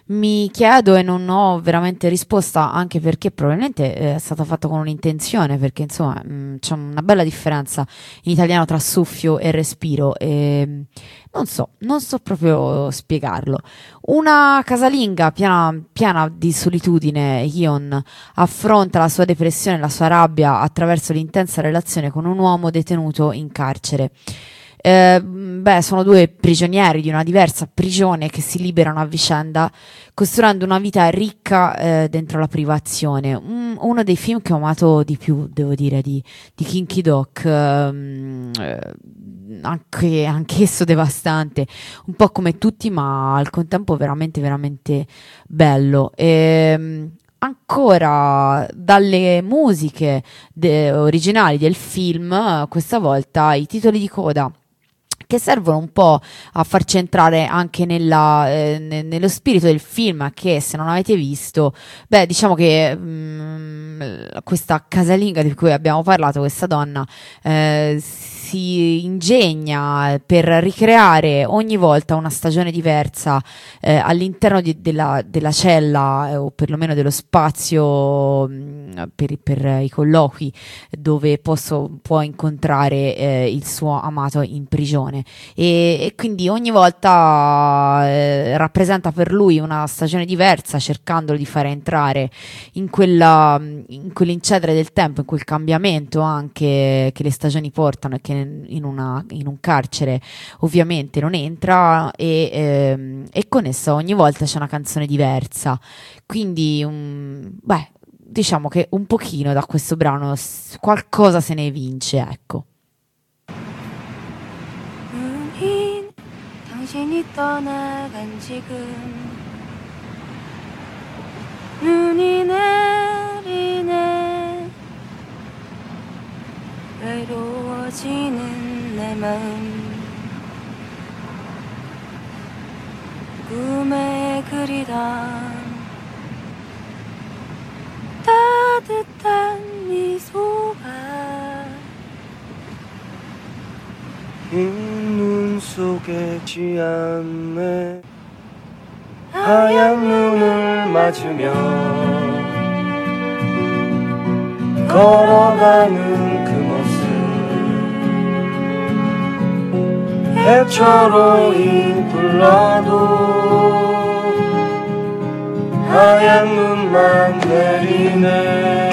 mi chiedo e non ho veramente risposta, anche perché probabilmente è stata fatta con un'intenzione, perché insomma mh, c'è una bella differenza in italiano tra soffio e respiro e non so, non so proprio spiegarlo. Una casalinga piena, piena di solitudine, Hyun affronta la sua depressione e la sua rabbia attraverso l'intensa relazione con un uomo detenuto in carcere. Eh, beh, sono due prigionieri di una diversa prigione che si liberano a vicenda, costruendo una vita ricca eh, dentro la privazione. Un, uno dei film che ho amato di più, devo dire, di, di Kinky Duck, ehm, eh, anche, anch'esso devastante, un po' come tutti, ma al contempo veramente, veramente bello. E, ancora dalle musiche de- originali del film, questa volta i titoli di coda, che servono un po' a farci entrare anche nella, eh, ne- nello spirito del film, che se non avete visto, beh, diciamo che mh, questa casalinga di cui abbiamo parlato, questa donna, eh, si ingegna per ricreare ogni volta una stagione diversa eh, all'interno di- della, della cella, eh, o perlomeno dello spazio mh, per, per i colloqui, dove posso, può incontrare eh, il suo amato in prigione. E, e quindi ogni volta eh, rappresenta per lui una stagione diversa, cercandolo di fare entrare in quella, in quell'incedere del tempo, in quel cambiamento anche che le stagioni portano e che in, una, in un carcere ovviamente non entra, e, ehm, e con essa ogni volta c'è una canzone diversa. Quindi um, beh, diciamo che un pochino da questo brano s- qualcosa se ne evince, ecco. 은인 당신이 떠나간 지금 눈이 내리네 외로워 커지는 내 마음 꿈에 그리던 따뜻한 미소가 흰 눈 속에 취한 하얀 눈을 맞으며 걸어가는 그 모습 해초로이 불러도 하얀 눈만 내리네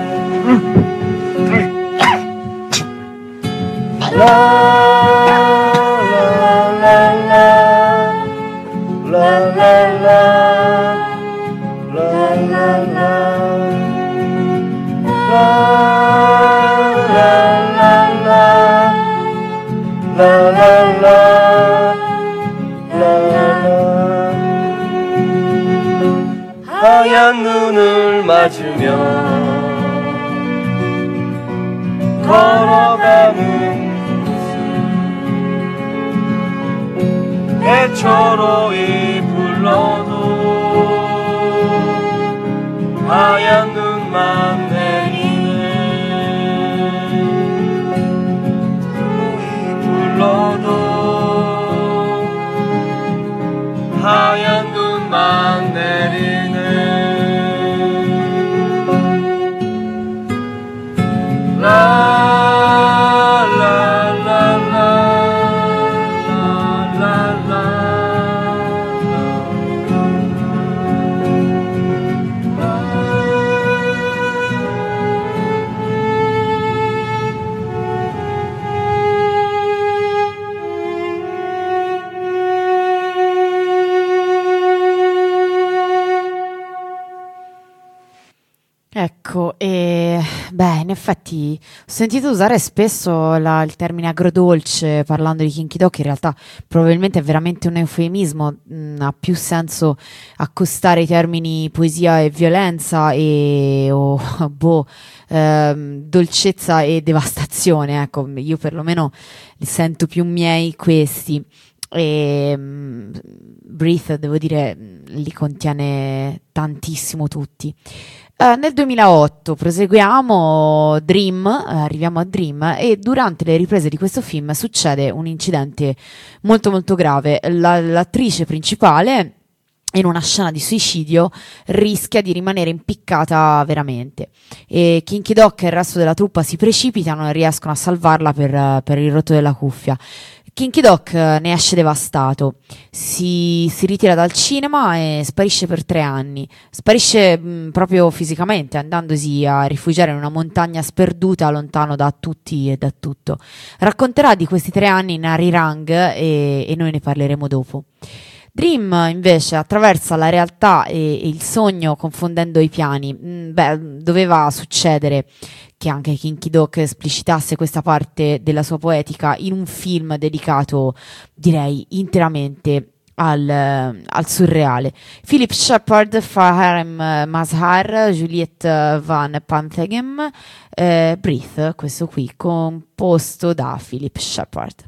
하얀 눈을 맞으며 걸어가는 모습 해초로이 불러도 하얀 눈만 내리네 초로이 불러도 하얀 눈만 내리네 Ecco, e beh, in effetti ho sentito usare spesso la- il termine agrodolce parlando di Kinky Doc, in realtà probabilmente è veramente un eufemismo, mh, ha più senso accostare i termini poesia e violenza e o boh, ehm, dolcezza e devastazione, ecco, io perlomeno li sento più miei questi. E mm, Breathe, devo dire, mm, li contiene tantissimo tutti. Eh, nel duemilaotto proseguiamo Dream, eh, arriviamo a Dream e durante le riprese di questo film succede un incidente molto molto grave. La- l'attrice principale in una scena di suicidio rischia di rimanere impiccata veramente e Kinky Doc e il resto della truppa si precipitano e riescono a salvarla per, per il rotto della cuffia. Kinky Doc eh, ne esce devastato, si, si ritira dal cinema e sparisce per tre anni. Sparisce mh, proprio fisicamente, andandosi a rifugiare in una montagna sperduta, lontano da tutti e da tutto. Racconterà di questi tre anni in Arirang e, e noi ne parleremo dopo. Dream invece attraversa la realtà e, e il sogno confondendo i piani. Mm, beh, doveva succedere che anche Kinky Doc esplicitasse questa parte della sua poetica in un film dedicato, direi, interamente al, eh, al surreale. Philip Shepard, Farham Mazhar, Juliette Van Panthegem, eh, Breathe, questo qui, composto da Philip Shepard.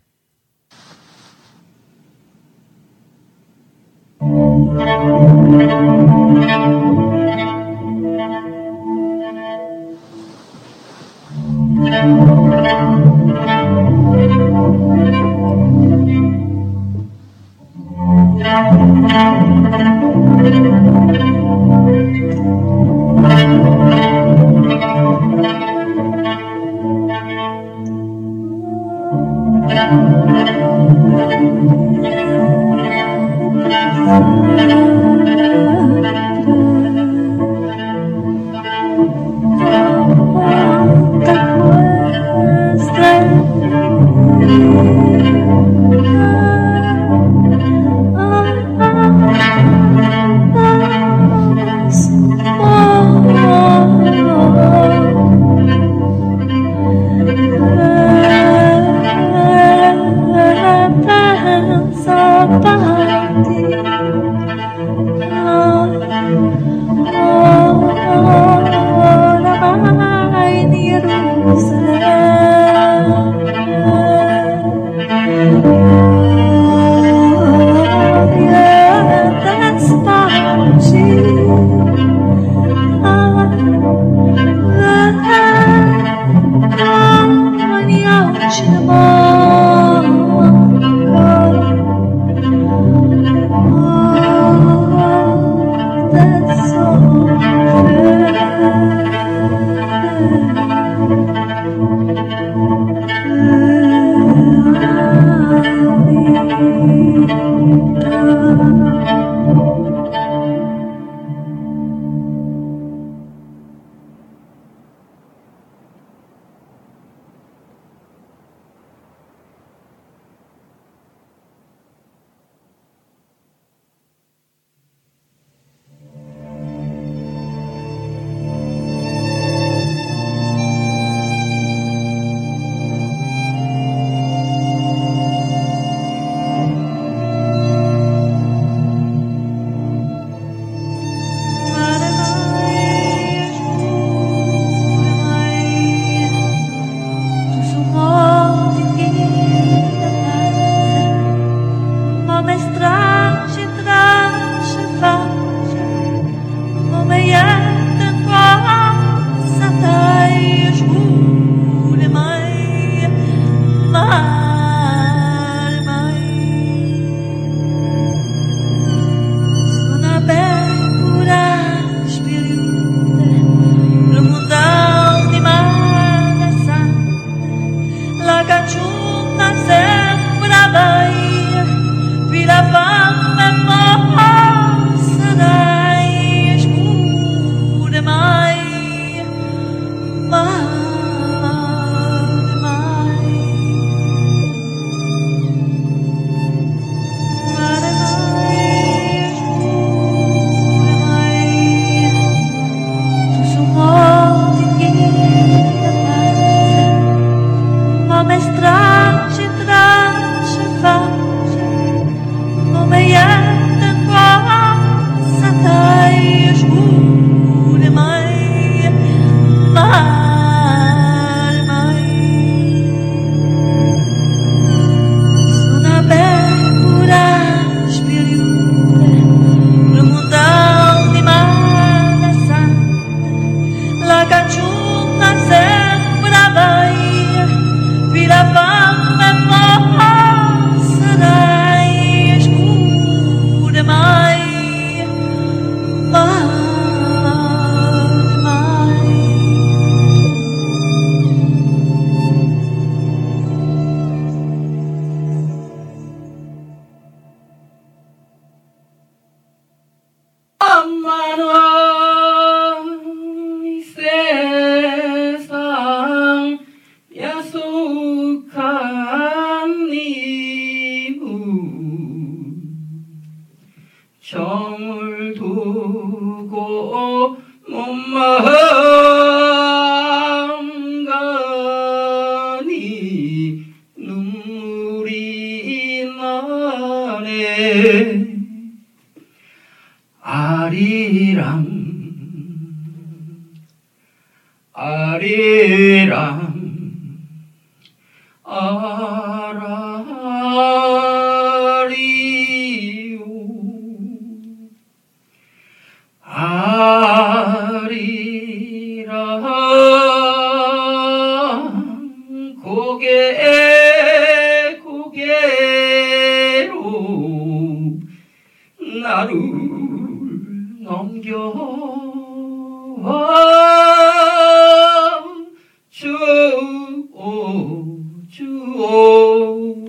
Oh 정을 두고 몸만 가니 눈물이 나네. 아리랑 아리랑 아라리요 아리랑 고개 고개로 나를 넘겨와 주오 주오.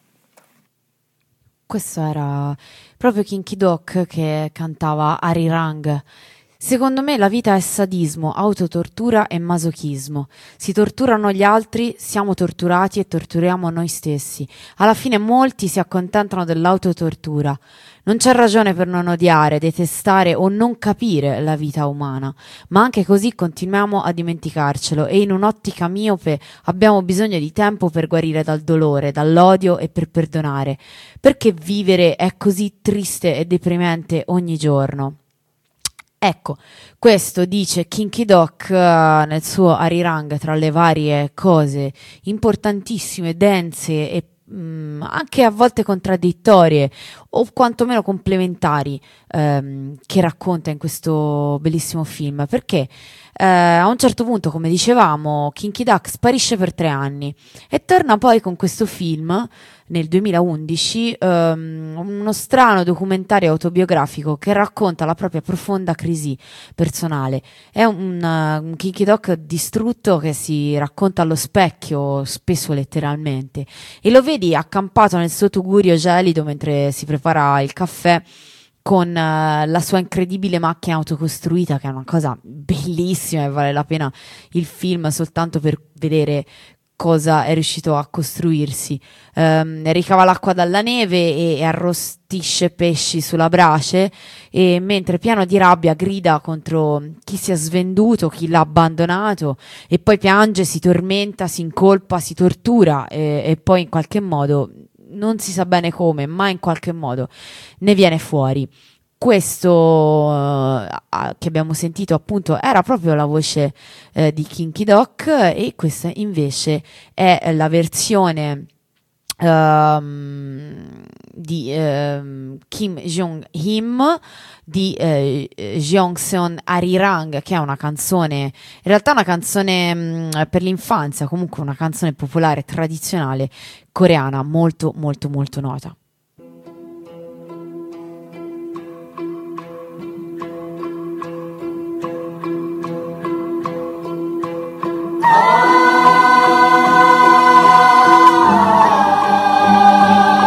Questo era proprio Kinky Doc che cantava Arirang. Secondo me la vita è sadismo, autotortura e masochismo. Si torturano gli altri, siamo torturati e torturiamo noi stessi. Alla fine molti si accontentano dell'autotortura. Non c'è ragione per non odiare, detestare o non capire la vita umana, ma anche così continuiamo a dimenticarcelo e in un'ottica miope abbiamo bisogno di tempo per guarire dal dolore, dall'odio e per perdonare. Perché vivere è così triste e deprimente ogni giorno? Ecco, questo dice Kinky Doc uh, nel suo Arirang, tra le varie cose importantissime, dense e mh, anche a volte contraddittorie o quantomeno complementari ehm, che racconta in questo bellissimo film, perché eh, a un certo punto, come dicevamo, Kinky Doc sparisce per tre anni e torna poi con questo film nel duemilaundici, ehm, uno strano documentario autobiografico che racconta la propria profonda crisi personale. È un, uh, un Kinky Doc distrutto che si racconta allo specchio, spesso letteralmente, e lo vedi accampato nel suo tugurio gelido mentre si prepara il caffè con uh, la sua incredibile macchina autocostruita, che è una cosa bellissima e vale la pena il film soltanto per vedere cosa è riuscito a costruirsi. Um, ricava l'acqua dalla neve e, e arrostisce pesci sulla brace, e mentre pieno di rabbia grida contro chi si è svenduto, chi l'ha abbandonato, e poi piange, si tormenta, si incolpa, si tortura e, e poi in qualche modo, non si sa bene come, ma in qualche modo ne viene fuori. Questo uh, che abbiamo sentito appunto era proprio la voce uh, di Kinky Doc, e questa invece è la versione um, di uh, Kim Jong-him di uh, Jeongseon Arirang, che è una canzone, in realtà una canzone um, per l'infanzia, comunque una canzone popolare tradizionale coreana molto molto molto nota. Oh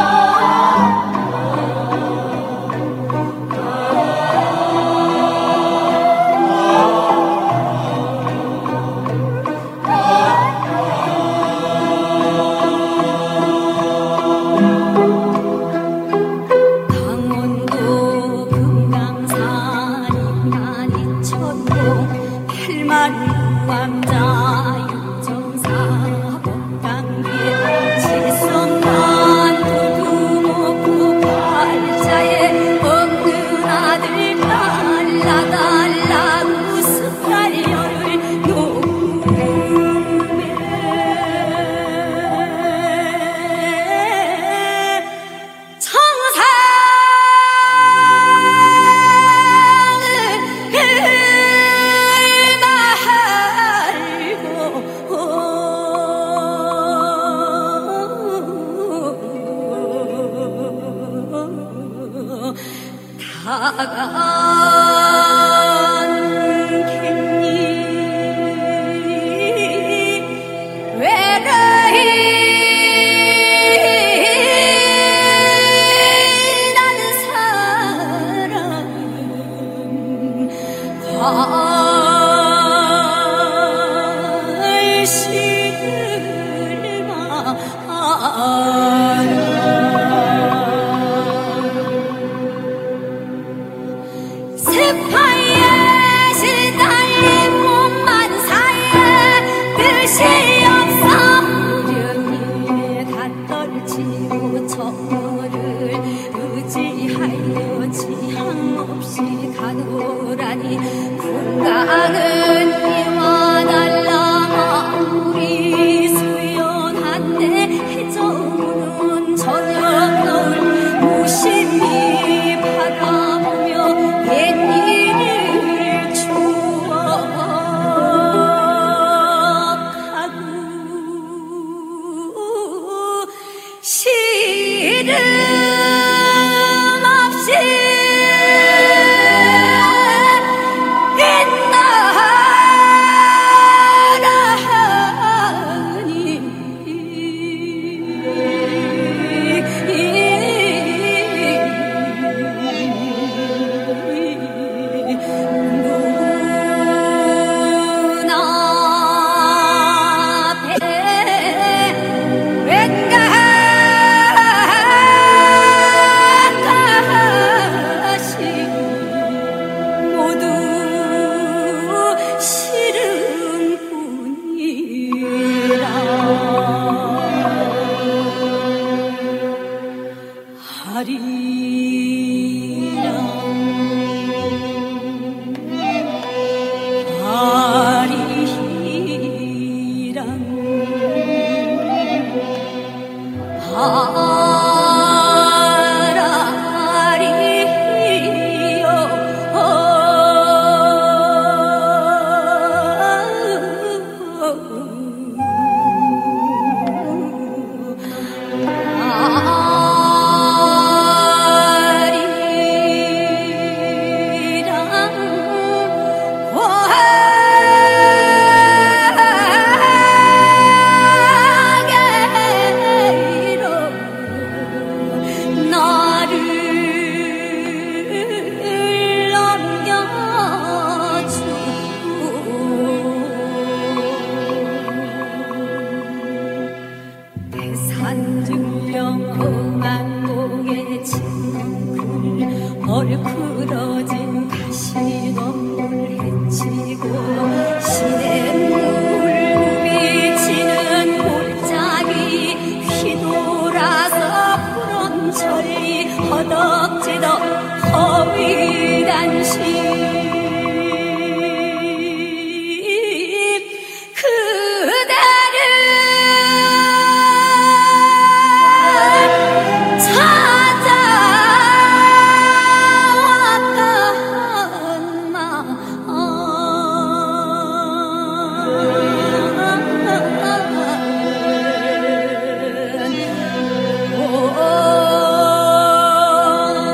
Oh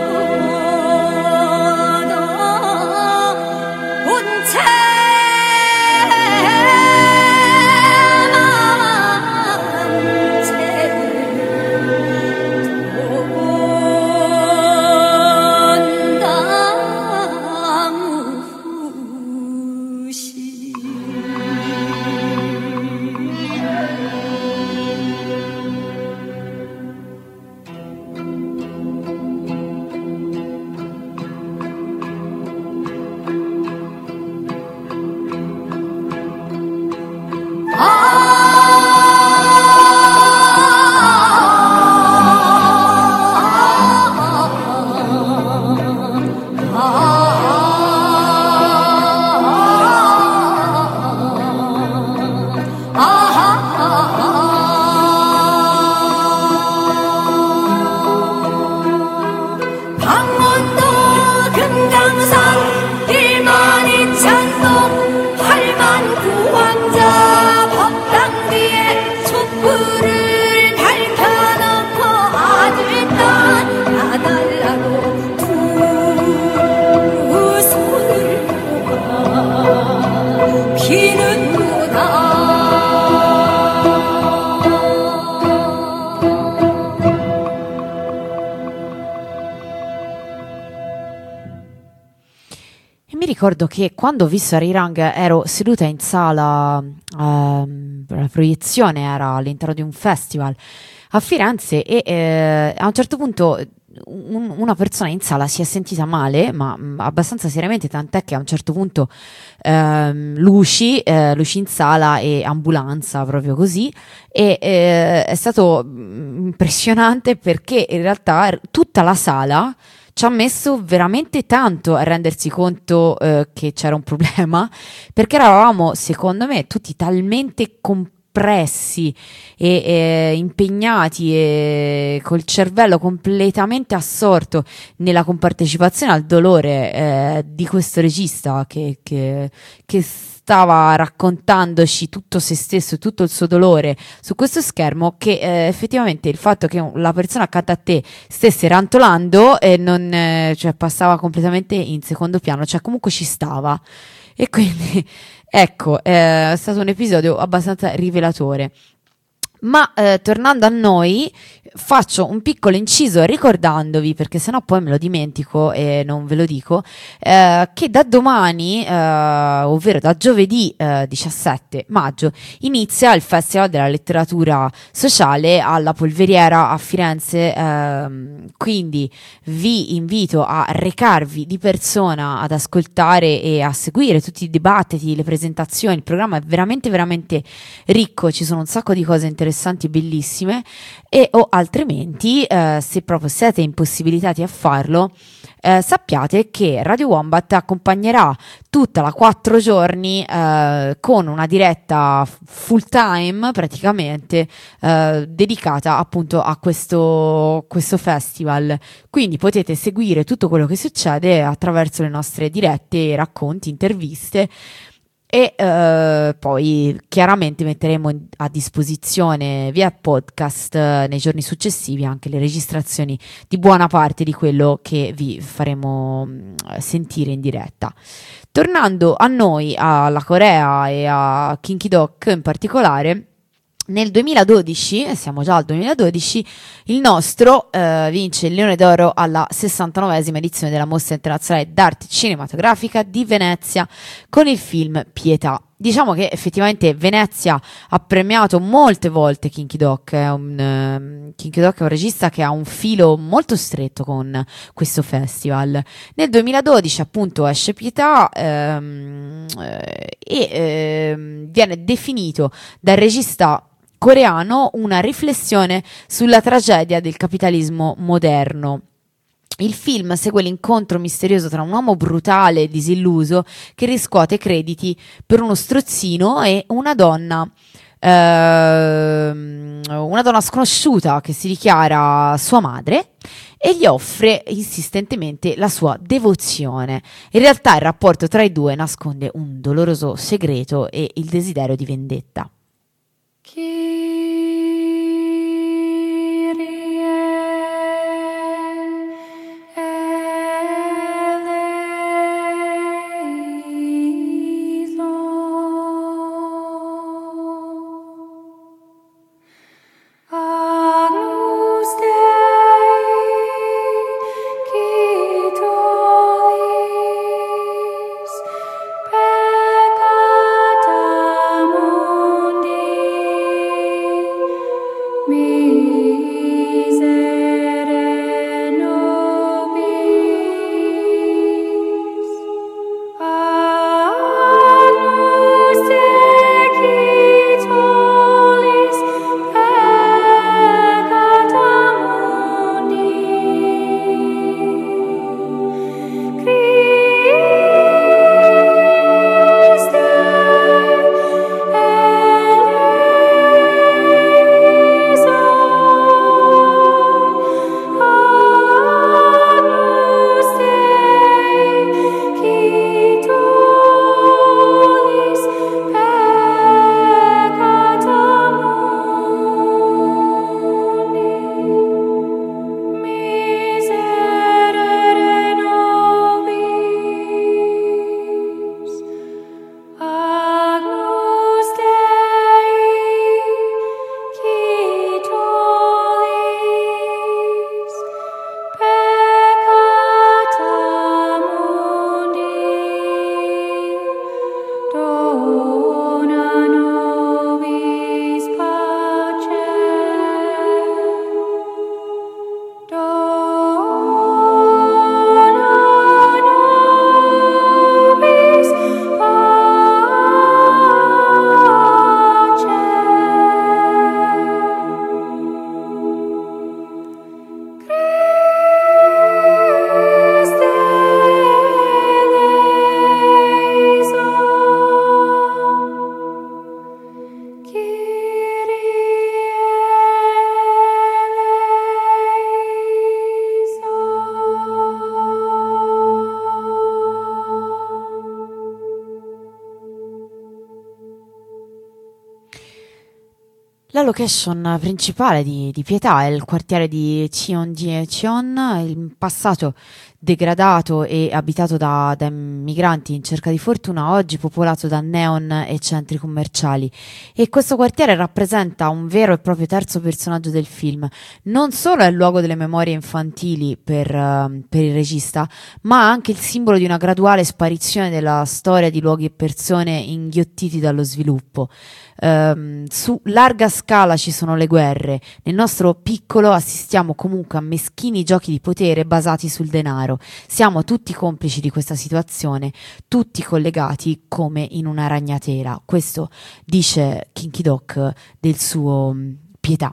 ricordo che quando ho visto Arirang ero seduta in sala, ehm, la proiezione era all'interno di un festival a Firenze e eh, a un certo punto un- una persona in sala si è sentita male, ma mh, abbastanza seriamente, tant'è che a un certo punto ehm, luci, eh, luci in sala e ambulanza, proprio così, e eh, è stato mh, impressionante perché in realtà r- tutta la sala ci ha messo veramente tanto a rendersi conto eh, che c'era un problema, perché eravamo, secondo me, tutti talmente compressi e, e impegnati e col cervello completamente assorto nella compartecipazione al dolore eh, di questo regista che, che, che stava raccontandoci tutto se stesso e tutto il suo dolore su questo schermo, che eh, effettivamente il fatto che la persona accanto a te stesse rantolando e non eh, cioè passava completamente in secondo piano, cioè comunque ci stava. E quindi ecco, eh, è stato un episodio abbastanza rivelatore. Ma eh, tornando a noi, faccio un piccolo inciso ricordandovi, perché sennò poi me lo dimentico e non ve lo dico, eh, che da domani, eh, ovvero da giovedì eh, diciassette maggio, inizia il Festival della Letteratura Sociale alla Polveriera a Firenze, ehm, quindi vi invito a recarvi di persona ad ascoltare e a seguire tutti i dibattiti, le presentazioni. Il programma è veramente veramente ricco, ci sono un sacco di cose interessanti, bellissime, e o altrimenti eh, se proprio siete impossibilitati a farlo, eh, sappiate che Radio Wombat accompagnerà tutta la quattro giorni eh, con una diretta full time praticamente eh, dedicata appunto a questo, questo festival, quindi potete seguire tutto quello che succede attraverso le nostre dirette, racconti, interviste. E eh, poi chiaramente metteremo in- a disposizione via podcast eh, nei giorni successivi anche le registrazioni di buona parte di quello che vi faremo mh, sentire in diretta. Tornando a noi, alla Corea e a Kinky Doc in particolare, nel duemiladodici, e siamo già al duemiladodici, il nostro eh, vince il Leone d'Oro alla sessantanovesima edizione della Mostra Internazionale d'Arte Cinematografica di Venezia con il film Pietà. Diciamo che effettivamente Venezia ha premiato molte volte Kinky Doc, è un, ehm, Kinky Doc è un regista che ha un filo molto stretto con questo festival. Nel duemiladodici appunto esce Pietà ehm, eh, e ehm, viene definito dal regista coreano una riflessione sulla tragedia del capitalismo moderno. Il film segue l'incontro misterioso tra un uomo brutale e disilluso che riscuote crediti per uno strozzino e una donna, ehm, una donna sconosciuta che si dichiara sua madre e gli offre insistentemente la sua devozione. In realtà il rapporto tra i due nasconde un doloroso segreto e il desiderio di vendetta. Agnus Dei, qui tollis peccata mundi, location principale di, di Pietà è il quartiere di Cheonggyecheon, in passato degradato e abitato da, da migranti in cerca di fortuna, oggi popolato da neon e centri commerciali. E questo quartiere rappresenta un vero e proprio terzo personaggio del film. Non solo è il luogo delle memorie infantili per, uh, per il regista, ma anche il simbolo di una graduale sparizione della storia di luoghi e persone inghiottiti dallo sviluppo. Um, su larga scala ci sono le guerre, nel nostro piccolo assistiamo comunque a meschini giochi di potere basati sul denaro. Siamo tutti complici di questa situazione, tutti collegati come in una ragnatela. Questo dice Kinky Doc del suo um, Pietà.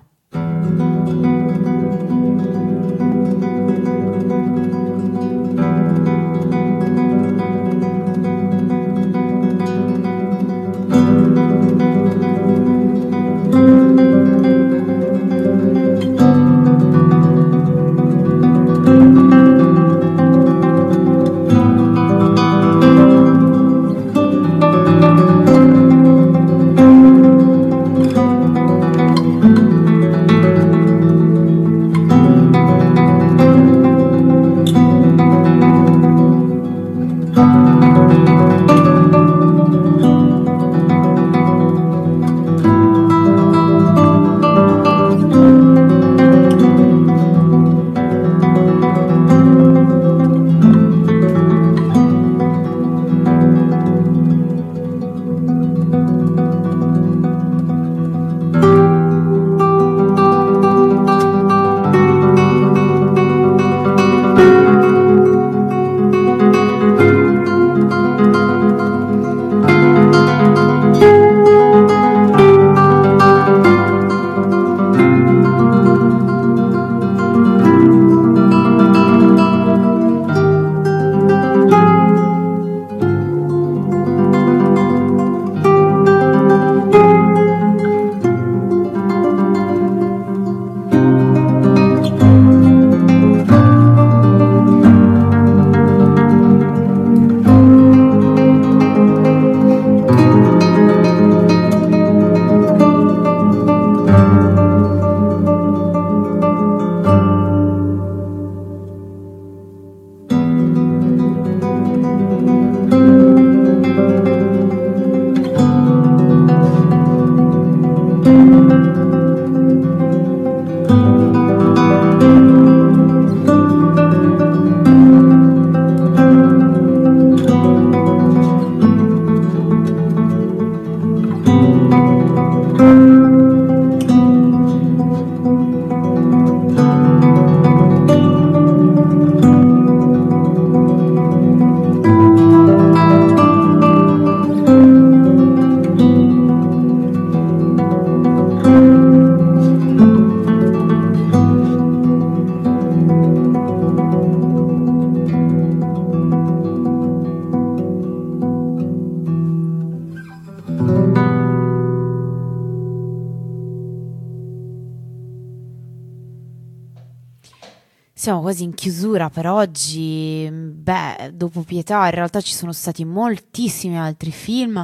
Siamo quasi in chiusura per oggi. Beh, dopo Pietà in realtà ci sono stati moltissimi altri film.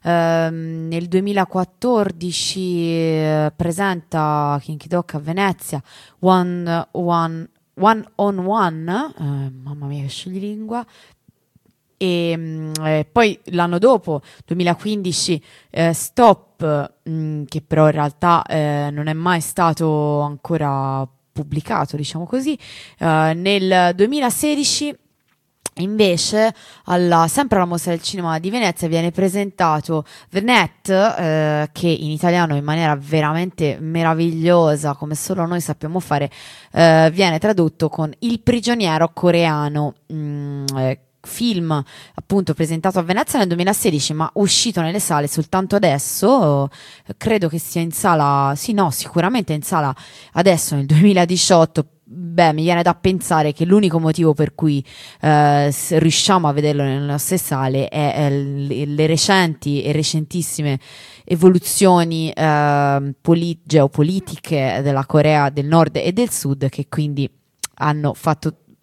Ehm, nel duemilaquattordici eh, presenta Kinky Doc a Venezia One, One, One on One, eh, mamma mia che scioglilingua. E mh, eh, poi l'anno dopo, duemilaquindici, eh, Stop, mh, che però in realtà eh, non è mai stato ancora pubblicato, diciamo così. Uh, nel duemilasedici invece alla, sempre alla Mostra del Cinema di Venezia viene presentato The Net, eh, che in italiano in maniera veramente meravigliosa, come solo noi sappiamo fare, eh, viene tradotto con Il prigioniero coreano, mh, eh, film appunto presentato a Venezia nel duemilasedici ma uscito nelle sale soltanto adesso. Credo che sia in sala, sì no sicuramente in sala adesso nel duemiladiciotto. Beh, mi viene da pensare che l'unico motivo per cui eh, riusciamo a vederlo nelle nostre sale è, è le, le recenti e recentissime evoluzioni eh, poli- geopolitiche della Corea del Nord e del Sud, che quindi hanno fatto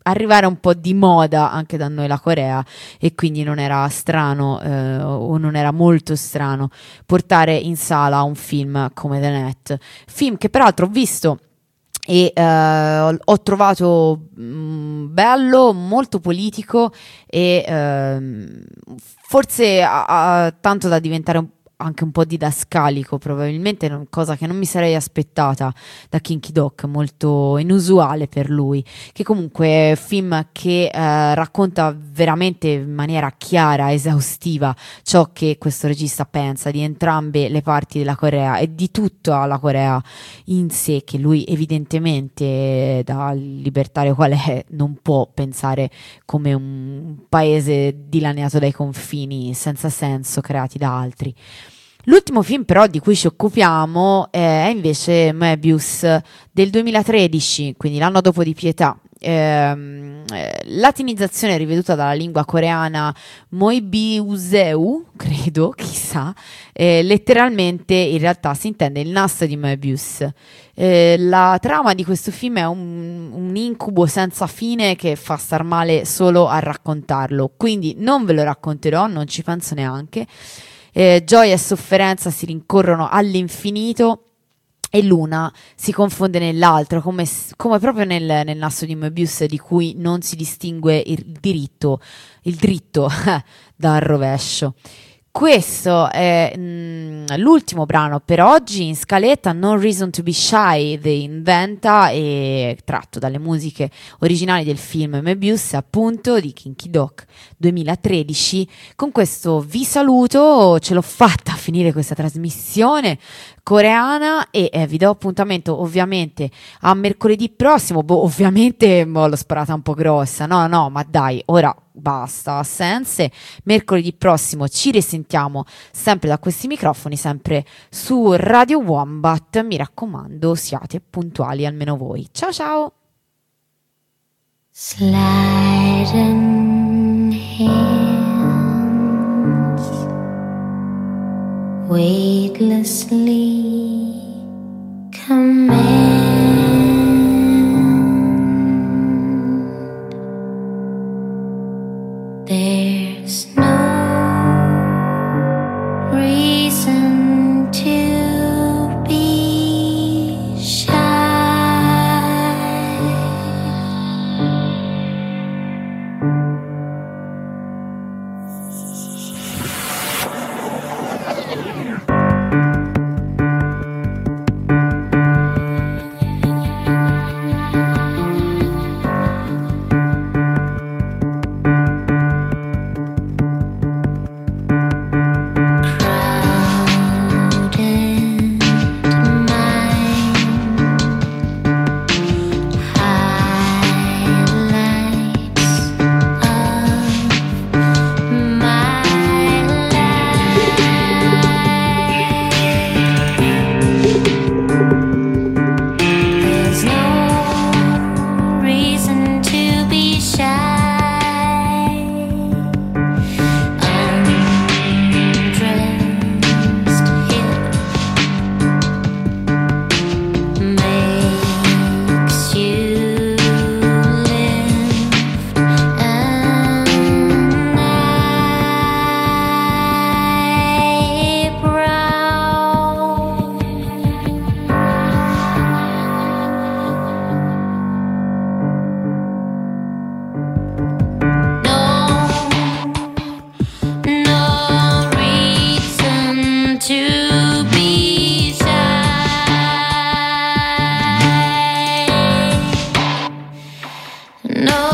arrivare un po' di moda anche da noi la Corea, e quindi non era strano eh, o non era molto strano portare in sala un film come The Net, film che peraltro ho visto e eh, ho trovato mh, bello, molto politico e ehm, forse ha, ha tanto da diventare un anche un po' didascalico, probabilmente, una cosa che non mi sarei aspettata da Kinky Doc, molto inusuale per lui, che comunque è un film che eh, racconta veramente in maniera chiara, esaustiva, ciò che questo regista pensa di entrambe le parti della Corea e di tutta la Corea in sé, che lui evidentemente, da libertario qual è, non può pensare come un paese dilaniato dai confini senza senso creati da altri. L'ultimo film però di cui ci occupiamo è invece Möbius del duemilatredici, quindi l'anno dopo Di Pietà. Ehm, latinizzazione riveduta dalla lingua coreana Moebiuseu, credo, chissà, eh, letteralmente in realtà si intende il nastro di Möbius. Eh, la trama di questo film è un, un incubo senza fine che fa star male solo a raccontarlo, quindi non ve lo racconterò, non ci penso neanche. Eh, gioia e sofferenza si rincorrono all'infinito e l'una si confonde nell'altra, come, come proprio nel, nel nastro di Möbius, di cui non si distingue il diritto, il dritto dal rovescio. Questo è mh, l'ultimo brano per oggi in scaletta, No Reason to Be Shy, The Inventa, e tratto dalle musiche originali del film Möbius, appunto, di Kinky Doc duemilatredici. Con questo vi saluto, ce l'ho fatta a finire questa trasmissione coreana e eh, vi do appuntamento ovviamente a mercoledì prossimo. Boh, ovviamente boh, l'ho sparata un po' grossa, no no, ma dai, ora basta assenze. Mercoledì prossimo ci risentiamo sempre da questi microfoni, sempre su Radio Wombat. Mi raccomando, siate puntuali almeno voi. Ciao ciao. Sliding hands weightlessly command. There's no reason to be shy. No